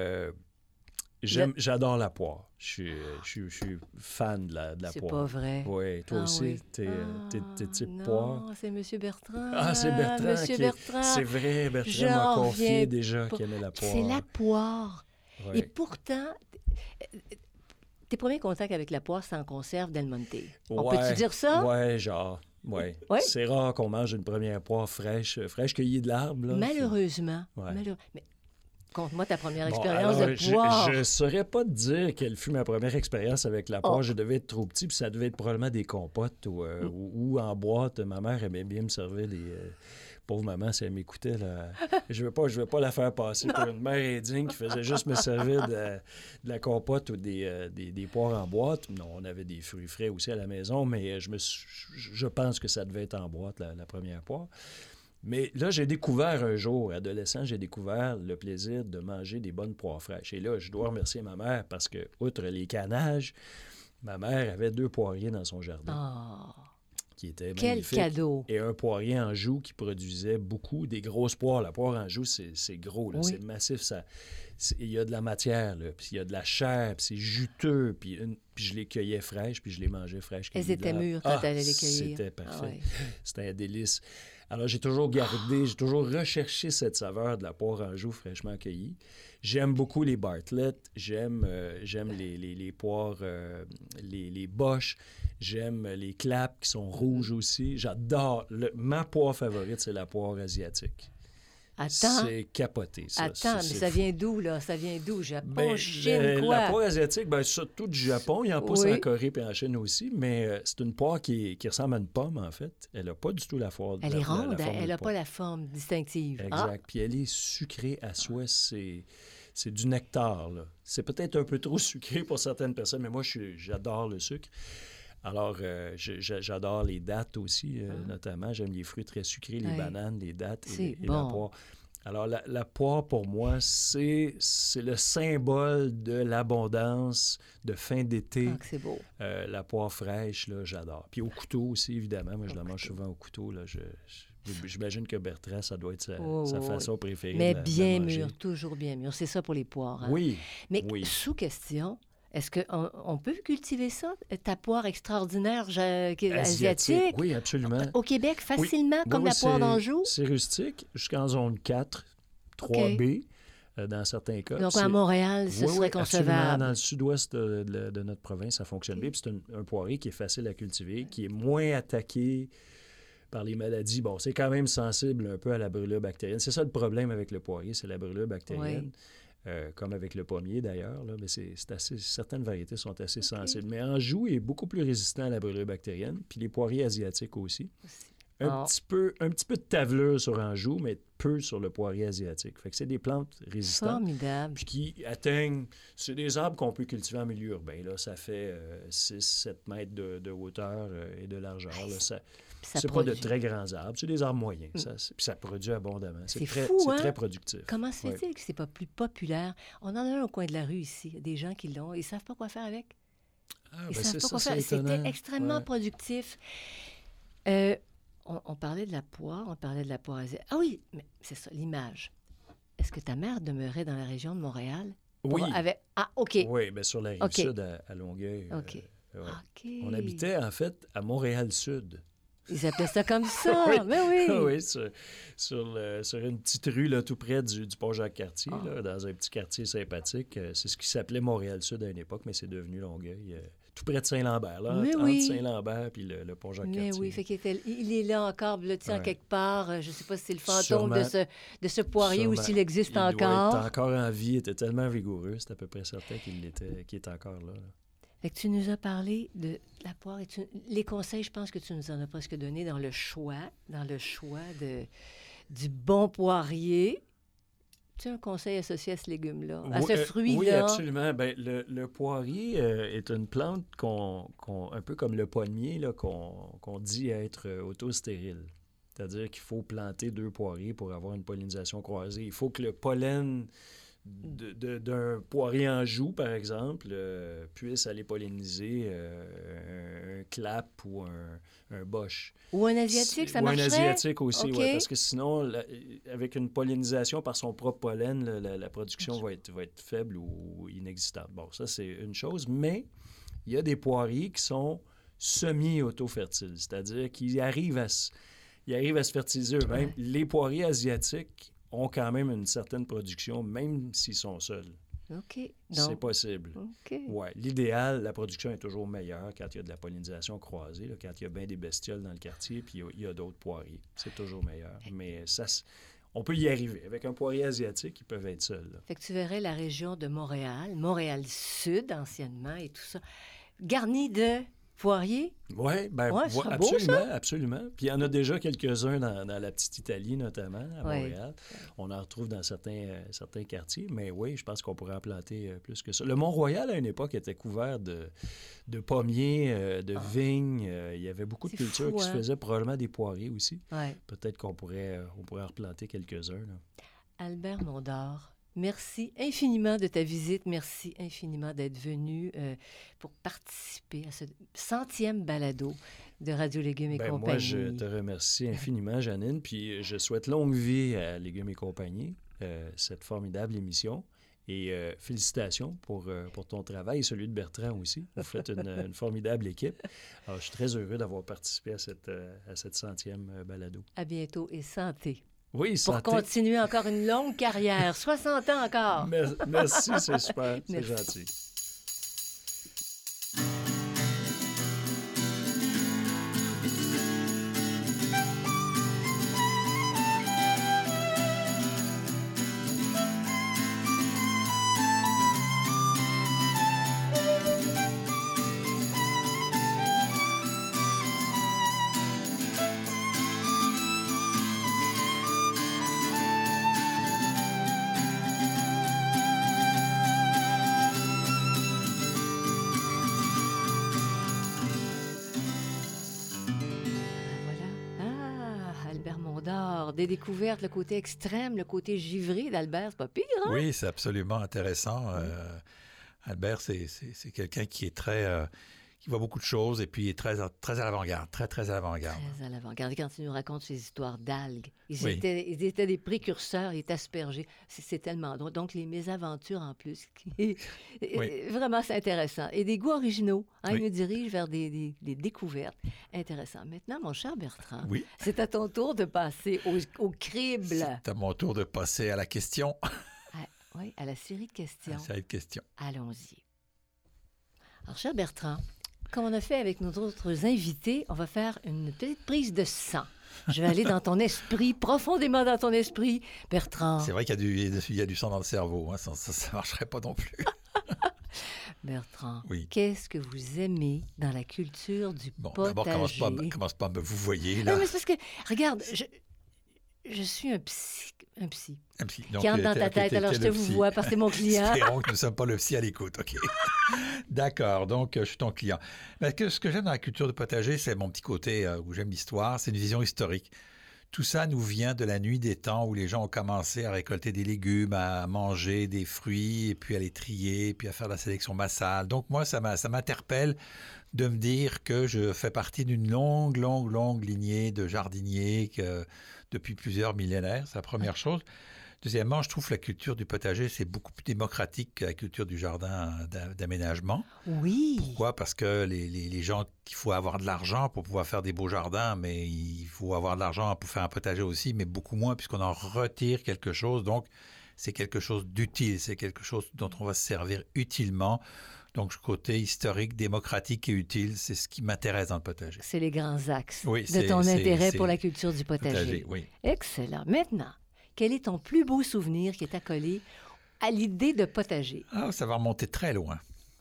S4: J'adore la poire. Je suis fan de la poire.
S1: C'est pas vrai.
S4: Oui, toi aussi, t'es type poire.
S1: Non, c'est M. Bertrand.
S4: Ah, c'est Bertrand.
S1: Monsieur Bertrand.
S4: C'est vrai, Bertrand m'a confié déjà qu'il aimait la poire.
S1: C'est la poire.
S4: Ouais.
S1: Et pourtant, tes premiers contacts avec la poire, c'est en conserve Del Monte. On peut-tu dire ça?
S4: Oui, genre. Oui. Ouais. C'est rare qu'on mange une première poire fraîche cueillie de l'arbre. Là.
S1: Malheureusement.
S4: Ouais.
S1: Mais conte-moi ta première expérience de poire.
S4: Je ne saurais pas te dire quelle fut ma première expérience avec la poire. Je devais être trop petit, puis ça devait être probablement des compotes ou en boîte. Ma mère aimait bien me servir des... Pauvre maman, si elle m'écoutait, là, je vais pas la faire passer pour une mère indigne qui faisait juste me servir de la compote ou des poires en boîte. Non, on avait des fruits frais aussi à la maison, mais je pense que ça devait être en boîte, la première poire. Mais là, j'ai découvert un jour, adolescent, le plaisir de manger des bonnes poires fraîches. Et là, je dois remercier ma mère parce que, outre les canages, ma mère avait 2 poiriers dans son jardin. Oh. Qui était magnifique.
S1: Quel cadeau!
S4: Et un poirier en joue qui produisait beaucoup, des grosses poires. La poire en joue, c'est gros, là, c'est massif. Il y a de la matière, là, puis il y a de la chair, puis c'est juteux, puis je les cueillais fraîches, puis je les mangeais fraîches.
S1: Elles étaient mûres quand tu allais les cueillir.
S4: C'était parfait. C'était un délice. Alors, j'ai toujours recherché cette saveur de la poire en joue fraîchement cueillie. J'aime beaucoup les Bartlett, j'aime les poires, les Bosch, j'aime les claps qui sont rouges aussi. J'adore. Ma poire favorite, c'est la poire asiatique.
S1: Attends.
S4: C'est capoté, ça.
S1: Attends, mais ça vient d'où, là? Ça vient d'où? Japon, Chine, quoi?
S4: La poire asiatique, surtout du Japon. Il y en pousse
S1: Oui.
S4: en Corée et en Chine aussi, mais c'est une poire qui ressemble à une pomme, en fait. Elle n'a pas du tout la forme.
S1: Elle est ronde,
S4: la forme
S1: elle
S4: d'une
S1: n'a
S4: poire.
S1: pas la forme distinctive.
S4: Exact. Puis elle est sucrée à souhait. C'est du nectar, là. C'est peut-être un peu trop sucré pour certaines personnes, mais moi, j'adore le sucre. Alors, j'adore les dattes aussi, notamment. J'aime les fruits très sucrés, les bananes, les dattes et la poire. Alors, la poire, pour moi, c'est le symbole de l'abondance, de fin d'été.
S1: Ah, que c'est beau.
S4: La poire fraîche, là, j'adore. Puis au couteau aussi, évidemment. Moi, je la mange souvent au couteau, là. J'imagine que Bertrand, ça doit être sa façon préférée.
S1: Mais
S4: de
S1: bien
S4: la manger.
S1: mûr, toujours bien mûr. C'est ça pour les poires. Hein?
S4: Oui.
S1: Mais
S4: oui.
S1: sous question, est-ce qu'on peut cultiver ça, ta poire extraordinaire asiatique?
S4: Oui, absolument.
S1: Au Québec, facilement, comme la poire d'Anjou?
S4: C'est rustique, jusqu'en zone 4, 3B, dans certains cas.
S1: Donc, à Montréal, ce serait concevable.
S4: Absolument. Dans le sud-ouest de notre province, ça fonctionne bien. Puis c'est un poirier qui est facile à cultiver, qui est moins attaqué par les maladies. Bon, c'est quand même sensible un peu à la brûlure bactérienne. C'est ça le problème avec le poirier, c'est la brûlure bactérienne. Comme avec le pommier, d'ailleurs. Là, mais certaines variétés sont assez sensibles. Mais Anjou est beaucoup plus résistant à la brûlure bactérienne, puis les poiriers asiatiques aussi. Un petit peu de tavelure sur Anjou, mais peu sur le poirier asiatique. Fait que c'est des plantes résistantes.
S1: Formidable.
S4: Puis qui atteignent... C'est des arbres qu'on peut cultiver en milieu urbain. Là. Ça fait 6-7 mètres de hauteur et de largeur. Là. C'est pas de très grands arbres, c'est des arbres moyens. Puis ça produit abondamment. C'est très productif.
S1: Comment se fait-il que c'est pas plus populaire? On en a un au coin de la rue ici. Il y a des gens qui l'ont. Ils savent pas quoi faire avec. Ils savent pas quoi faire. C'était extrêmement productif. On parlait de la poire, asiatique. Ah oui, mais c'est ça, l'image. Est-ce que ta mère demeurait dans la région de Montréal?
S4: Oui.
S1: Ah, OK.
S4: Oui, bien sur la rive sud, à Longueuil.
S1: OK.
S4: On habitait, en fait, à Montréal-Sud.
S1: Ils appelaient ça comme ça, mais oui.
S4: Oui, sur une petite rue là, tout près du pont Jacques-Cartier, là, dans un petit quartier sympathique. C'est ce qui s'appelait Montréal-Sud à une époque, mais c'est devenu Longueuil. Tout près de Saint-Lambert, là, entre Saint-Lambert puis le pont Jacques-Cartier.
S1: Mais oui, fait il est là encore, là, en quelque part. Je ne sais pas si c'est le fantôme de ce poirier ou s'il existe encore.
S4: Il doit être encore en vie, il était tellement vigoureux, c'est à peu près certain qu'il est encore là.
S1: Fait que tu nous as parlé de la poire. Les conseils, je pense que tu nous en as presque donné dans le choix du bon poirier. Tu as un conseil associé à ce légume-là, à ce fruit-là?
S4: Oui, absolument. Bien, le poirier est une plante un peu comme le pommier, là, qu'on dit être autostérile. C'est-à-dire qu'il faut planter 2 poiriers pour avoir une pollinisation croisée. Il faut que le pollen d'un poirier Anjou, par exemple, puisse aller polliniser un clap ou un boche.
S1: Ou un asiatique, ça marcherait?
S4: Ou un asiatique aussi, oui, parce que sinon, avec une pollinisation par son propre pollen, la production va être faible ou inexistante. Bon, ça, c'est une chose, mais il y a des poiriers qui sont semi-auto-fertiles, c'est-à-dire qu'ils arrivent à se fertiliser eux-mêmes. Les poiriers asiatiques ont quand même une certaine production, même s'ils sont seuls.
S1: OK.
S4: C'est possible.
S1: OK.
S4: Ouais. L'idéal, la production est toujours meilleure quand il y a de la pollinisation croisée, là, quand il y a bien des bestioles dans le quartier, puis il y a d'autres poiriers. C'est toujours meilleur. Mais on peut y arriver. Avec un poirier asiatique, ils peuvent être seuls. Là.
S1: Fait que tu verrais la région de Montréal-Sud, anciennement, et tout ça, garnie de poiriers?
S4: Oui, absolument. Puis il y en a déjà quelques-uns dans la petite Italie, notamment, à Montréal. On en retrouve dans certains quartiers, mais oui, je pense qu'on pourrait en planter plus que ça. Le Mont-Royal, à une époque, était couvert de pommiers, de vignes. Il y avait beaucoup de cultures qui se faisaient, probablement des poiriers aussi.
S1: Ouais.
S4: Peut-être qu'on pourrait en replanter quelques-uns. Là.
S1: Albert Mondor, merci infiniment de ta visite. Merci infiniment d'être venu pour participer à ce 100e balado de Radio Légumes et Compagnie.
S4: Moi, je te remercie infiniment, Janine, puis je souhaite longue vie à Légumes et Compagnie, cette formidable émission. Et félicitations pour ton travail et celui de Bertrand aussi. Vous faites une formidable équipe. Alors, je suis très heureux d'avoir participé à cette 100e balado.
S1: À bientôt et santé.
S4: Oui, santé.
S1: Pour continuer encore une longue carrière. 60 ans encore.
S4: Merci, c'est super. C'est gentil.
S1: histoires, des découvertes, le côté extrême, le côté givré d'Albert, c'est pas pire, hein?
S2: Oui, c'est absolument intéressant. Albert, c'est quelqu'un qui est qui voit beaucoup de choses et puis il est très à l'avant-garde, très à l'avant-garde.
S1: Très à l'avant-garde. Quand il nous raconte ces histoires d'algues, ils
S2: Oui.
S1: étaient des précurseurs, ils étaient aspergés. C'est tellement drôle. Donc, les mésaventures en plus. Vraiment, c'est intéressant. Et des goûts originaux. Hein,
S2: Oui.
S1: Il nous dirige vers des découvertes. Intéressant. Maintenant, mon cher Bertrand,
S2: Oui.
S1: c'est à ton tour de passer au crible.
S2: C'est à mon tour de passer à la question.
S1: Oui, à la série de questions.
S2: Ça va être question.
S1: Allons-y. Alors, cher Bertrand, comme on a fait avec nos autres invités, on va faire une petite prise de sang. Je vais aller dans ton esprit, profondément dans ton esprit, Bertrand.
S2: C'est vrai qu'il y a du sang dans le cerveau. Hein. Ça ne marcherait pas non plus.
S1: Bertrand,
S2: Oui.
S1: qu'est-ce que vous aimez dans la culture du potager?
S2: D'abord, commence pas à me vous voyez, là.
S1: Non, mais c'est parce que, regarde, je suis un psy
S2: Donc,
S1: qui entre dans ta tête, alors je te vous vois parce que c'est mon client.
S2: Espérons que nous ne sommes pas le psy à l'écoute, OK. D'accord, donc je suis ton client. Mais ce que j'aime dans la culture du potager, c'est mon petit côté où j'aime l'histoire, c'est une vision historique. Tout ça nous vient de la nuit des temps où les gens ont commencé à récolter des légumes, à manger des fruits, et puis à les trier, puis à faire la sélection massale. Donc moi, ça m'interpelle de me dire que je fais partie d'une longue lignée de jardiniers depuis plusieurs millénaires. C'est la première chose. Deuxièmement, je trouve que la culture du potager, c'est beaucoup plus démocratique que la culture du jardin d'aménagement.
S1: Oui.
S2: Pourquoi? Parce que les gens, il faut avoir de l'argent pour pouvoir faire des beaux jardins, mais il faut avoir de l'argent pour faire un potager aussi, mais beaucoup moins puisqu'on en retire quelque chose. Donc, c'est quelque chose d'utile, c'est quelque chose dont on va se servir utilement. Donc, ce côté historique, démocratique et utile, c'est ce qui m'intéresse dans le potager.
S1: C'est les grands axes
S2: Oui,
S1: de ton intérêt pour la culture du potager.
S2: Oui.
S1: Excellent. Maintenant, quel est ton plus beau souvenir qui est accolé à l'idée de potager?
S2: Ah, ça va remonter très loin.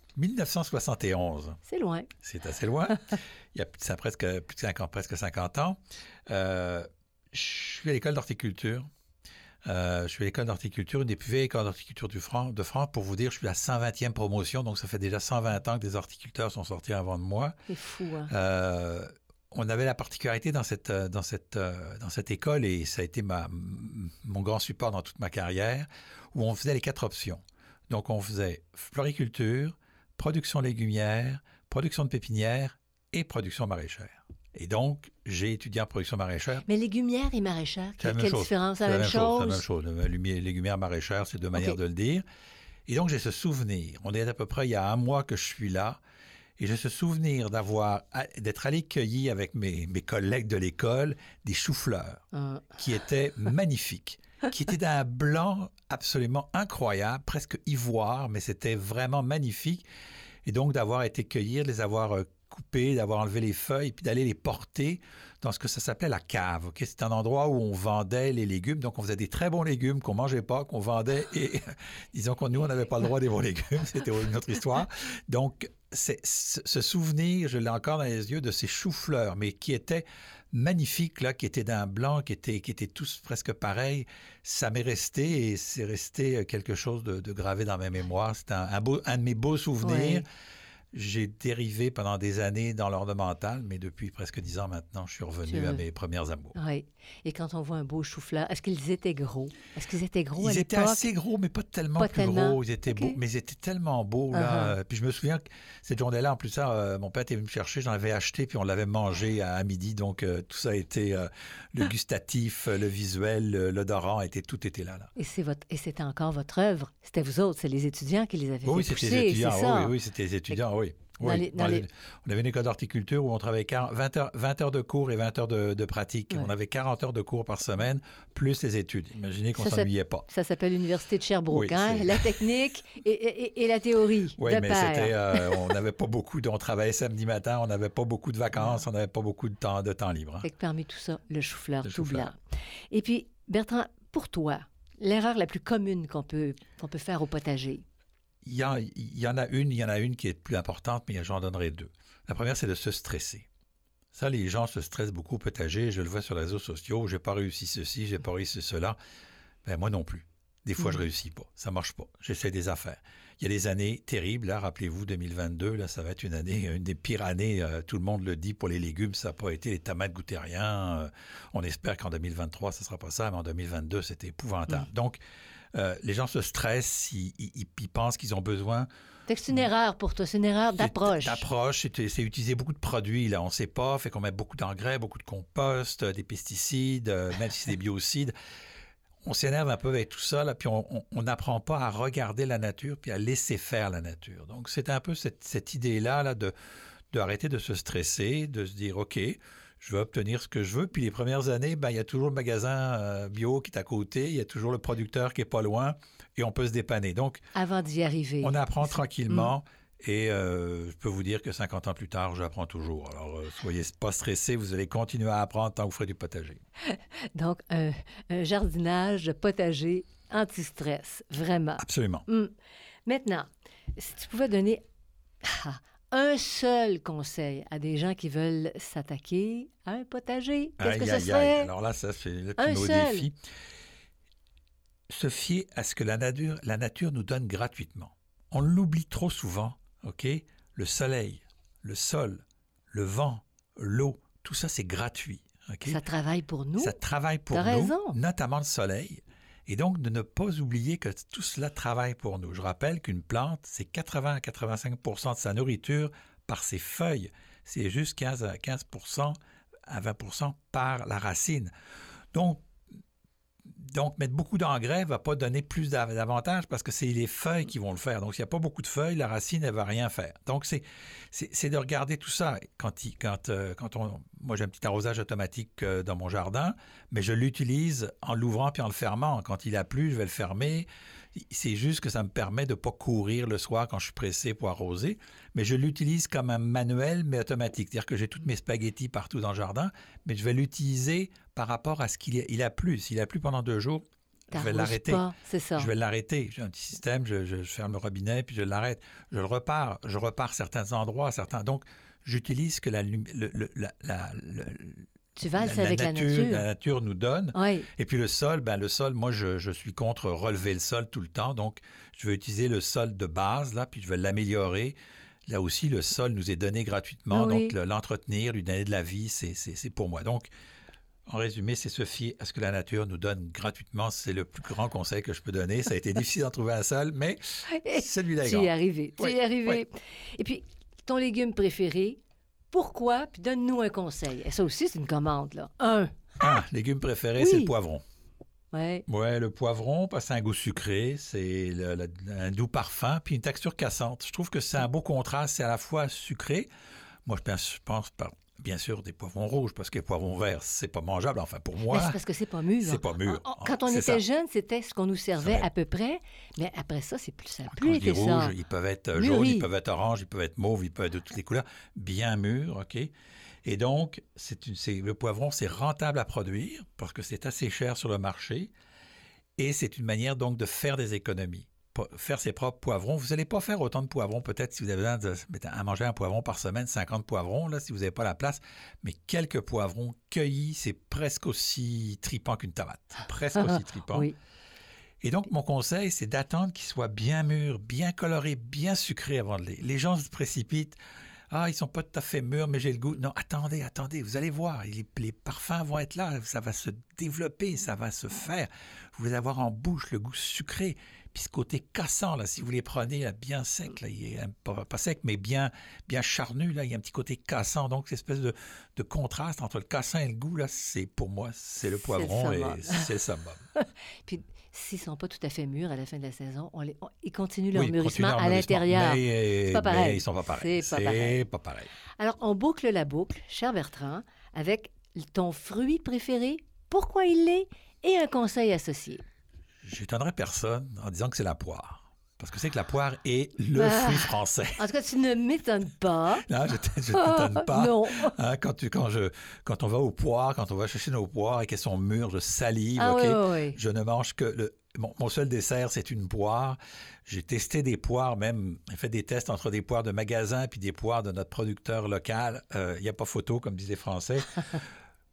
S2: 1971.
S1: C'est loin.
S2: C'est assez loin. Il y a presque 50 ans. Je suis à l'école d'horticulture. Je suis à l'école d'horticulture, une des plus vieilles écoles d'horticulture de France. Pour vous dire, je suis à la 120e promotion, donc ça fait déjà 120 ans que des horticulteurs sont sortis avant de moi.
S1: C'est fou, hein?
S2: On avait la particularité dans cette école, et ça a été mon grand support dans toute ma carrière, où on faisait les 4 options. Donc, on faisait floriculture, production légumière, production de pépinière et production maraîchère. Et donc, j'ai étudié en production maraîchère.
S1: Mais légumière et maraîchère, quelle différence? C'est la même chose?
S2: C'est la même chose. Légumière, maraîchère, c'est deux manières de le dire. Et donc, j'ai ce souvenir. On est à peu près il y a un mois que je suis là. Et j'ai ce souvenir d'être allé cueillir avec mes collègues de l'école des choux-fleurs qui étaient magnifiques, qui étaient d'un blanc absolument incroyable, presque ivoire, mais c'était vraiment magnifique. Et donc, d'avoir été cueillir, de les avoir coupés, d'avoir enlevé les feuilles, puis d'aller les porter dans ce que ça s'appelait la cave. Okay? C'est un endroit où on vendait les légumes. Donc, on faisait des très bons légumes qu'on ne mangeait pas, qu'on vendait. Et disons que nous, on n'avait pas le droit des bons légumes. C'était une autre histoire. Donc, ce souvenir, je l'ai encore dans les yeux, de ces choux-fleurs, mais qui étaient magnifiques, là, qui étaient d'un blanc, qui étaient tous presque pareils. Ça m'est resté, et c'est resté quelque chose de gravé dans ma mémoire. C'est un de mes beaux souvenirs. Oui. J'ai dérivé pendant des années dans l'ornemental, mais depuis presque 10 ans maintenant, je suis revenu à mes premières amours.
S1: Oui. Et quand on voit un beau chou-fleur, est-ce qu'ils étaient gros? Est-ce qu'ils étaient gros à l'époque?
S2: Ils étaient assez gros, mais pas tellement gros. Ils étaient beaux, mais ils étaient tellement beaux. Là. Puis je me souviens que cette journée-là, en plus, mon père était venu me chercher, j'en avais acheté, puis on l'avait mangé à midi. Donc, tout ça a été le gustatif, le visuel, l'odorant, tout était là.
S1: Et c'était encore votre œuvre? C'était vous autres, c'est les étudiants qui les avaient fait pousser,
S2: c'était les étudiants, c'est ça? Oui, c'était les étudiants, oui. Oui, on avait une école d'horticulture où on travaillait 20 heures de cours et 20 heures de pratique. Ouais. On avait 40 heures de cours par semaine, plus les études. Imaginez qu'on ne s'ennuyait pas.
S1: Ça s'appelle l'Université de Sherbrooke, hein? La technique et la théorie.
S2: Oui, mais on n'avait pas beaucoup, on travaillait samedi matin, on n'avait pas beaucoup de vacances, on n'avait pas beaucoup de temps libre. Hein.
S1: Et parmi tout ça, le chou-fleur tout blanc. Et puis, Bertrand, pour toi, l'erreur la plus commune qu'on peut faire au potager?
S2: Il y en a une qui est plus importante, mais j'en donnerai 2. La première, c'est de se stresser. Ça, les gens se stressent beaucoup au potager. Je le vois sur les réseaux sociaux. J'ai pas réussi ceci, j'ai pas réussi cela. Ben moi non plus. Des fois, je réussis pas. Ça marche pas. J'essaie des affaires. Il y a des années terribles. Là, rappelez-vous, 2022, là, ça va être une des pires années. Tout le monde le dit pour les légumes. Ça n'a pas été. Les tomates goûtaient rien. On espère qu'en 2023, ça ne sera pas ça. Mais en 2022, c'était épouvantable. Donc, les gens se stressent. Ils pensent qu'ils ont besoin...
S1: C'est une erreur pour toi. C'est une erreur d'approche.
S2: D'approche. C'est utiliser beaucoup de produits. Là, on ne sait pas. Fait qu'on met beaucoup d'engrais, beaucoup de compost, des pesticides, même si c'est des biocides. On s'énerve un peu avec tout ça, là, puis on n'apprend pas à regarder la nature puis à laisser faire la nature. Donc, c'est un peu cette idée-là là, de arrêter de se stresser, de se dire, OK, je vais obtenir ce que je veux. Puis les premières années, il y a toujours le magasin bio qui est à côté, il y a toujours le producteur qui n'est pas loin et on peut se dépanner. Donc,
S1: avant d'y arriver.
S2: On apprend tranquillement. Et je peux vous dire que 50 ans plus tard, j'apprends toujours. Alors, soyez pas stressés, vous allez continuer à apprendre tant que vous ferez du potager.
S1: Donc, un jardinage potager anti-stress, vraiment.
S2: Absolument.
S1: Maintenant, si tu pouvais donner un seul conseil à des gens qui veulent s'attaquer à un potager, qu'est-ce que ce serait?
S2: Alors là, ça, c'est le plus beau défi. Se fier à ce que la nature nous donne gratuitement. On l'oublie trop souvent. OK? Le soleil, le sol, le vent, l'eau, tout ça, c'est gratuit. Okay?
S1: Ça travaille pour nous.
S2: Ça travaille pour
S1: T'as
S2: nous,
S1: raison.
S2: notamment le soleil. Et donc, de ne pas oublier que tout cela travaille pour nous. Je rappelle qu'une plante, c'est 80 à 85 % de sa nourriture par ses feuilles. C'est juste 15 à 20 % par la racine. Donc, mettre beaucoup d'engrais ne va pas donner plus d'avantages parce que c'est les feuilles qui vont le faire. Donc, s'il n'y a pas beaucoup de feuilles, la racine, elle ne va rien faire. Donc, c'est de regarder tout ça. Moi, j'ai un petit arrosage automatique dans mon jardin, mais je l'utilise en l'ouvrant puis en le fermant. Quand il a plu, je vais le fermer. C'est juste que ça me permet de ne pas courir le soir quand je suis pressé pour arroser, mais je l'utilise comme un manuel, mais automatique. C'est-à-dire que j'ai toutes mes spaghettis partout dans le jardin, mais je vais l'utiliser par rapport à ce qu'il a plu. S'il a plu pendant 2 jours, je vais l'arrêter.
S1: C'est ça.
S2: Je vais l'arrêter. J'ai un petit système, je ferme le robinet, puis je l'arrête. Je le repars. Je repars certains endroits, Donc, j'utilise ce que
S1: tu valses avec la nature.
S2: La nature nous donne.
S1: Oui.
S2: Et puis le sol, moi, je suis contre relever le sol tout le temps. Donc, je vais utiliser le sol de base, là, puis je vais l'améliorer. Là aussi, le sol nous est donné gratuitement.
S1: Oui.
S2: Donc, l'entretenir, lui donner de la vie, c'est pour moi. Donc, en résumé, c'est se fier à ce que la nature nous donne gratuitement. C'est le plus grand conseil que je peux donner. Ça a été difficile d'en trouver un seul, mais celui-là est grand.
S1: Tu y es arrivé.
S2: Oui.
S1: Tu y es arrivé.
S2: Oui.
S1: Et puis, ton légume préféré, pourquoi? Puis donne-nous un conseil. Et ça aussi, c'est une commande, là.
S2: Légume préféré, c'est le poivron.
S1: Oui.
S2: Oui, le poivron, parce que c'est un goût sucré, c'est un doux parfum, puis une texture cassante. Je trouve que c'est un beau contraste, c'est à la fois sucré. Moi, je pense bien sûr des poivrons rouges, parce que les poivrons verts, c'est pas mangeable. Enfin, pour moi...
S1: Mais c'est parce que c'est pas mûr.
S2: C'est pas mur.
S1: Quand on était jeune, c'était ce qu'on nous servait à peu près. Mais après ça, ça n'a plus été ça.
S2: Rouges, ils peuvent être jaunes, ils peuvent être oranges, ils peuvent être mauves, ils peuvent être de toutes les couleurs. Bien mûrs, OK? Et donc, le poivron, c'est rentable à produire parce que c'est assez cher sur le marché. Et c'est une manière donc de faire des économies. Faire ses propres poivrons. Vous n'allez pas faire autant de poivrons, peut-être si vous avez besoin de manger un poivron par semaine, 50 poivrons, là, si vous n'avez pas la place. Mais quelques poivrons cueillis, c'est presque aussi tripant qu'une tomate. Presque aussi tripant.
S1: Oui.
S2: Et donc, mon conseil, c'est d'attendre qu'ils soient bien mûrs, bien colorés, bien sucrés avant de les gens se précipitent. Ah, ils ne sont pas tout à fait mûrs, mais j'ai le goût. Non, attendez, vous allez voir. Les parfums vont être là, ça va se développer, ça va se faire. Vous allez avoir en bouche le goût sucré. Puis ce côté cassant, là, si vous les prenez là, bien sec, là, il est pas sec, mais bien charnu, là, il y a un petit côté cassant. Donc, cette espèce de contraste entre le cassant et le goût, là, pour moi, c'est le poivron et c'est le summum.
S1: Puis, s'ils ne sont pas tout à fait mûrs à la fin de la saison, ils continuent leur mûrissement à l'intérieur.
S2: C'est
S1: pas pareil.
S2: Mais ils ne sont pas pareils. C'est pas pareil.
S1: Alors, on boucle la boucle, cher Bertrand, avec ton fruit préféré, pourquoi il l'est, et un conseil associé.
S2: Je n'étonnerai personne en disant que c'est la poire. Parce que c'est que la poire est le fruit français.
S1: En tout cas, tu ne m'étonnes pas.
S2: Non, je ne t'étonne pas.
S1: Non.
S2: Hein, quand on va aux poires, quand on va chercher nos poires et qu'elles sont mûres, je salive.
S1: Ah,
S2: okay?
S1: oui.
S2: Je ne mange que... Mon seul dessert, c'est une poire. J'ai testé des poires, même fait des tests entre des poires de magasin puis des poires de notre producteur local. Il n'y a pas photo, comme disent les Français.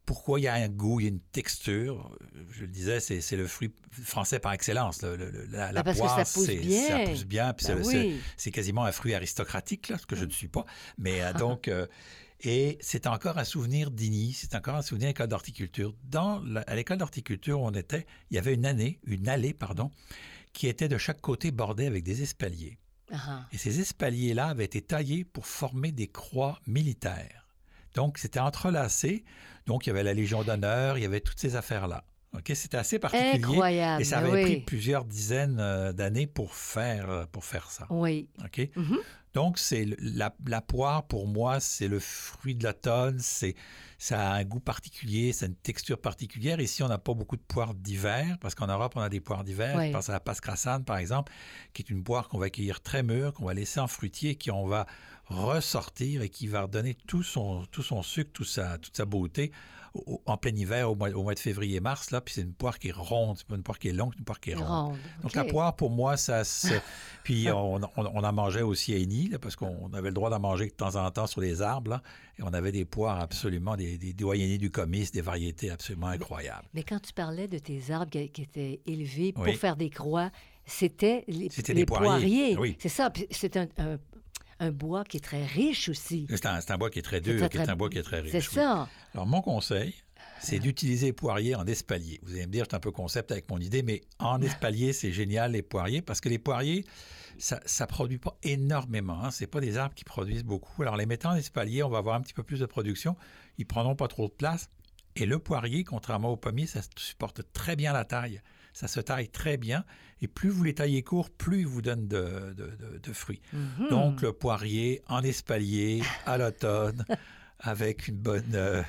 S2: pourquoi il y a un goût, il y a une texture. Je le disais, c'est le fruit français par excellence. La
S1: parce
S2: poire,
S1: que ça pousse bien.
S2: ça pousse bien. Puis
S1: Oui.
S2: c'est quasiment un fruit aristocratique, là, ce que je ne suis pas. Mais donc, et c'est encore un souvenir d'Igny, c'est encore un souvenir à l'école d'horticulture. À l'école d'horticulture où on était, il y avait une allée, qui était de chaque côté bordée avec des espaliers. Et ces espaliers-là avaient été taillés pour former des croix militaires. Donc, c'était entrelacé. Donc, il y avait la Légion d'honneur, il y avait toutes ces affaires-là. Okay? C'était assez particulier.
S1: Incroyable.
S2: Et ça avait pris plusieurs dizaines d'années pour faire ça.
S1: Oui.
S2: OK? Donc, la poire, pour moi, c'est le fruit de l'automne. Ça a un goût particulier, ça a une texture particulière. Ici, on n'a pas beaucoup de poires d'hiver, parce qu'en Europe, on a des poires d'hiver. Je pense à la Passe-Crassane, par exemple, qui est une poire qu'on va cueillir très mûre, qu'on va laisser en fruitier, qu'on va ressortir et qui va redonner tout son sucre, toute sa beauté en plein hiver, au mois de février-mars. Là, puis c'est une poire qui est ronde, c'est pas une poire qui est longue, c'est une poire qui est ronde. Donc la poire, pour moi, ça se... Puis on en mangeait aussi à Igny, là, parce qu'on avait le droit d'en manger de temps en temps sur les arbres. Là, et on avait des poires absolument, des doyennés du comice, des variétés absolument incroyables.
S1: Mais quand tu parlais de tes arbres qui étaient élevés pour faire des croix, c'était les poiriers.
S2: Oui.
S1: C'est ça. C'est un bois qui est très riche aussi.
S2: C'est un bois qui est très dur, un bois qui est très riche.
S1: C'est ça.
S2: Alors, mon conseil, c'est d'utiliser les poiriers en espalier. Vous allez me dire, c'est un peu concept avec mon idée, mais en espalier, c'est génial, les poiriers, parce que les poiriers, ça ne produit pas énormément. Hein. Ce n'est pas des arbres qui produisent beaucoup. Alors, les mettant en espalier, on va avoir un petit peu plus de production. Ils ne prendront pas trop de place. Et le poirier, contrairement au pommier, ça supporte très bien la taille. Ça se taille très bien. Et plus vous les taillez court, plus ils vous donnent de fruits. Donc, le poirier en espalier, à l'automne, avec une bonne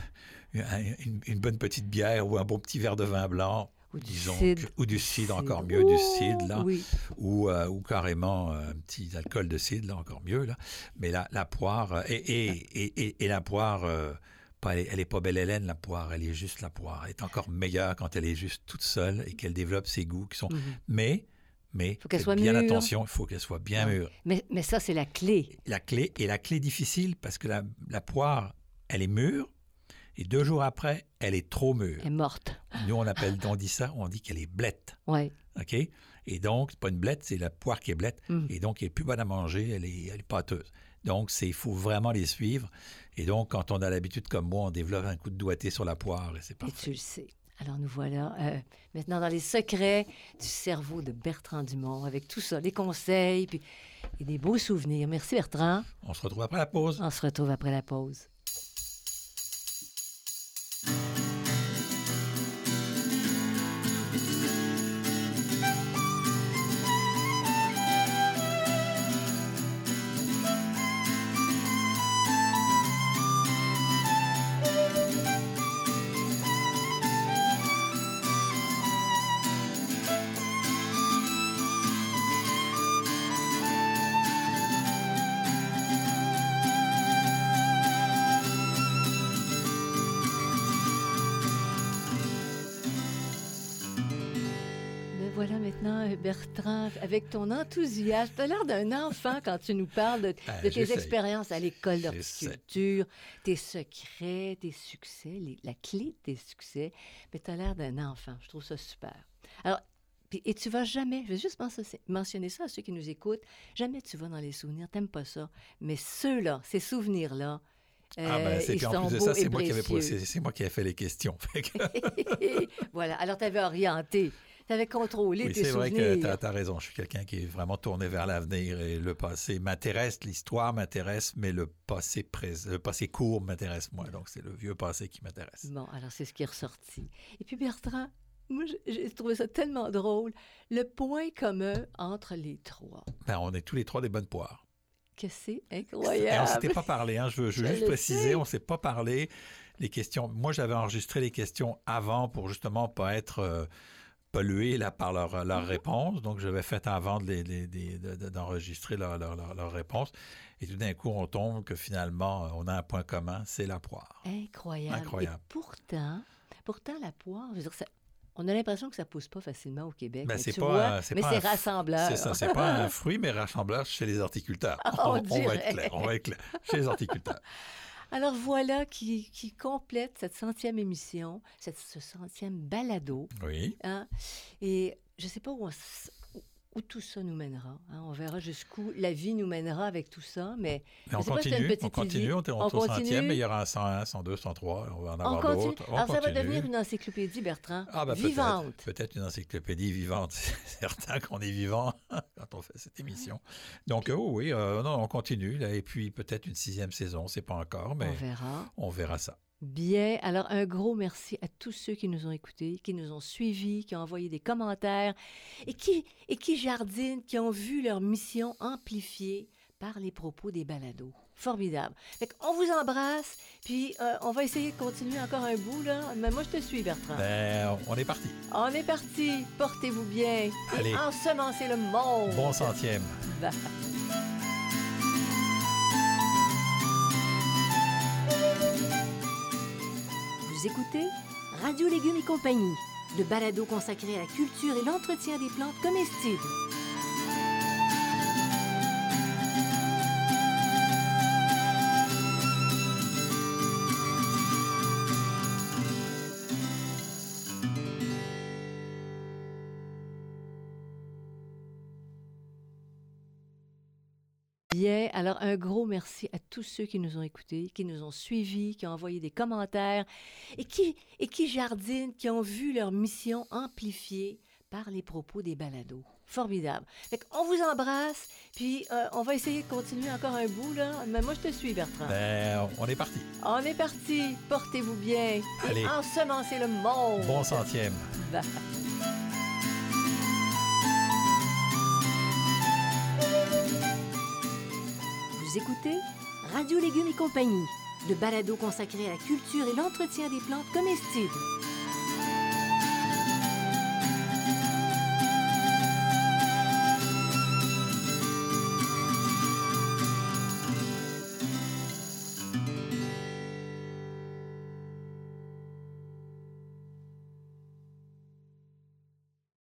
S2: petite bière ou un bon petit verre de vin blanc. Ou du cidre, encore mieux, du cidre, là, ou carrément un petit alcool de cidre, là, encore mieux. Là. Mais la poire, et la poire... elle n'est pas belle Hélène, la poire, elle est juste la poire. Elle est encore meilleure quand elle est juste toute seule et qu'elle développe ses goûts qui sont... Mais
S1: faut qu'elle soit
S2: bien
S1: mûre.
S2: Attention, il faut qu'elle soit bien mûre.
S1: Mais ça, c'est la clé.
S2: La clé difficile, parce que la poire, elle est mûre, et 2 jours après, elle est trop mûre.
S1: Elle est morte.
S2: Nous, on dit qu'elle est blette.
S1: Oui.
S2: OK? Et donc, c'est pas une blette, c'est la poire qui est blette. Et donc, elle n'est plus bonne à manger, elle est pâteuse. Donc, il faut vraiment les suivre. Et donc, quand on a l'habitude, comme moi, on développe un coup de doigté sur la poire et c'est parfait.
S1: Et tu le sais. Alors, nous voilà maintenant dans les secrets du cerveau de Bertrand Dumont, avec tout ça, les conseils et des beaux souvenirs. Merci, Bertrand.
S2: On se retrouve après la pause.
S1: On se retrouve après la pause. Voilà maintenant, Bertrand, avec ton enthousiasme. Tu as l'air d'un enfant quand tu nous parles de tes expériences à l'école d'horticulture, tes secrets, tes succès, la clé de tes succès. Mais tu as l'air d'un enfant. Je trouve ça super. Alors, et tu vas jamais, je vais juste mentionner ça à ceux qui nous écoutent, jamais tu vas dans les souvenirs, t'aimes pas ça. Mais ceux-là, ces souvenirs-là,
S2: c'est
S1: ils
S2: en
S1: sont
S2: plus de
S1: beaux
S2: ça,
S1: et
S2: c'est moi qui ai fait les questions.
S1: Voilà, alors tu avais orienté. Tu avais contrôlé tes souvenirs.
S2: Oui, c'est vrai que tu as raison. Je suis quelqu'un qui est vraiment tourné vers l'avenir et le passé m'intéresse, l'histoire m'intéresse, mais le passé court m'intéresse moins. Donc, c'est le vieux passé qui m'intéresse.
S1: Bon, alors c'est ce qui est ressorti. Et puis, Bertrand, moi, j'ai trouvé ça tellement drôle. Le point commun entre les trois.
S2: On est tous les trois des bonnes poires.
S1: Que c'est incroyable.
S2: On ne s'était pas parlé. Hein. Je veux juste préciser, on ne s'est pas parlé. Les questions. Moi, j'avais enregistré les questions avant pour justement pas être... pollués là, par leur réponse. Donc, j'avais fait avant d'enregistrer leur réponse. Et tout d'un coup, on tombe que finalement, on a un point commun, c'est la poire.
S1: Incroyable. Et pourtant, la poire, je veux dire, on a l'impression que ça ne pousse pas facilement au Québec. Mais c'est rassembleur.
S2: C'est ça, c'est pas un fruit, mais rassembleur chez les horticulteurs. On va être clair, chez les horticulteurs.
S1: Alors voilà qui complète cette 100e émission, ce 100e balado.
S2: Oui.
S1: Hein? Et je ne sais pas où tout ça nous mènera. Hein? On verra jusqu'où la vie nous mènera avec tout ça, mais
S2: on continue, on est au 100e, mais il y aura un 101, 102, 103, on va en avoir d'autres.
S1: Alors, ça va devenir une encyclopédie, Bertrand, vivante.
S2: Peut-être une encyclopédie vivante. C'est certain qu'on est vivant quand on fait cette émission. Donc, on continue, là, et puis peut-être une 6e saison, on ne sait pas encore, mais on verra ça.
S1: Bien. Alors, un gros merci à tous ceux qui nous ont écoutés, qui nous ont suivis, qui ont envoyé des commentaires et qui jardinent, qui ont vu leur mission amplifiée par les propos des balados. Formidable. Fait qu'on vous embrasse, puis on va essayer de continuer encore un bout, là. Mais moi, je te suis, Bertrand.
S2: On est parti.
S1: On est parti. Portez-vous bien.
S2: Allez.
S1: Et ensemencez le monde.
S2: Bon 100e.
S1: Bye. Vous écoutez Radio Légumes et compagnie, le balado consacré à la culture et l'entretien des plantes comestibles. Bien, alors un gros merci à tous ceux qui nous ont écoutés, qui nous ont suivis, qui ont envoyé des commentaires et qui jardinent, qui ont vu leur mission amplifiée par les propos des balados. Formidable. Fait qu'on vous embrasse, puis on va essayer de continuer encore un bout, là. Mais moi, je te suis, Bertrand.
S2: On est parti.
S1: On est parti. Portez-vous bien.
S2: Allez.
S1: Et ensemencez le monde.
S2: Bon 100e.
S1: Bye. Vous écoutez Radio Légumes et compagnie, le balado consacré à la culture et l'entretien des plantes comestibles.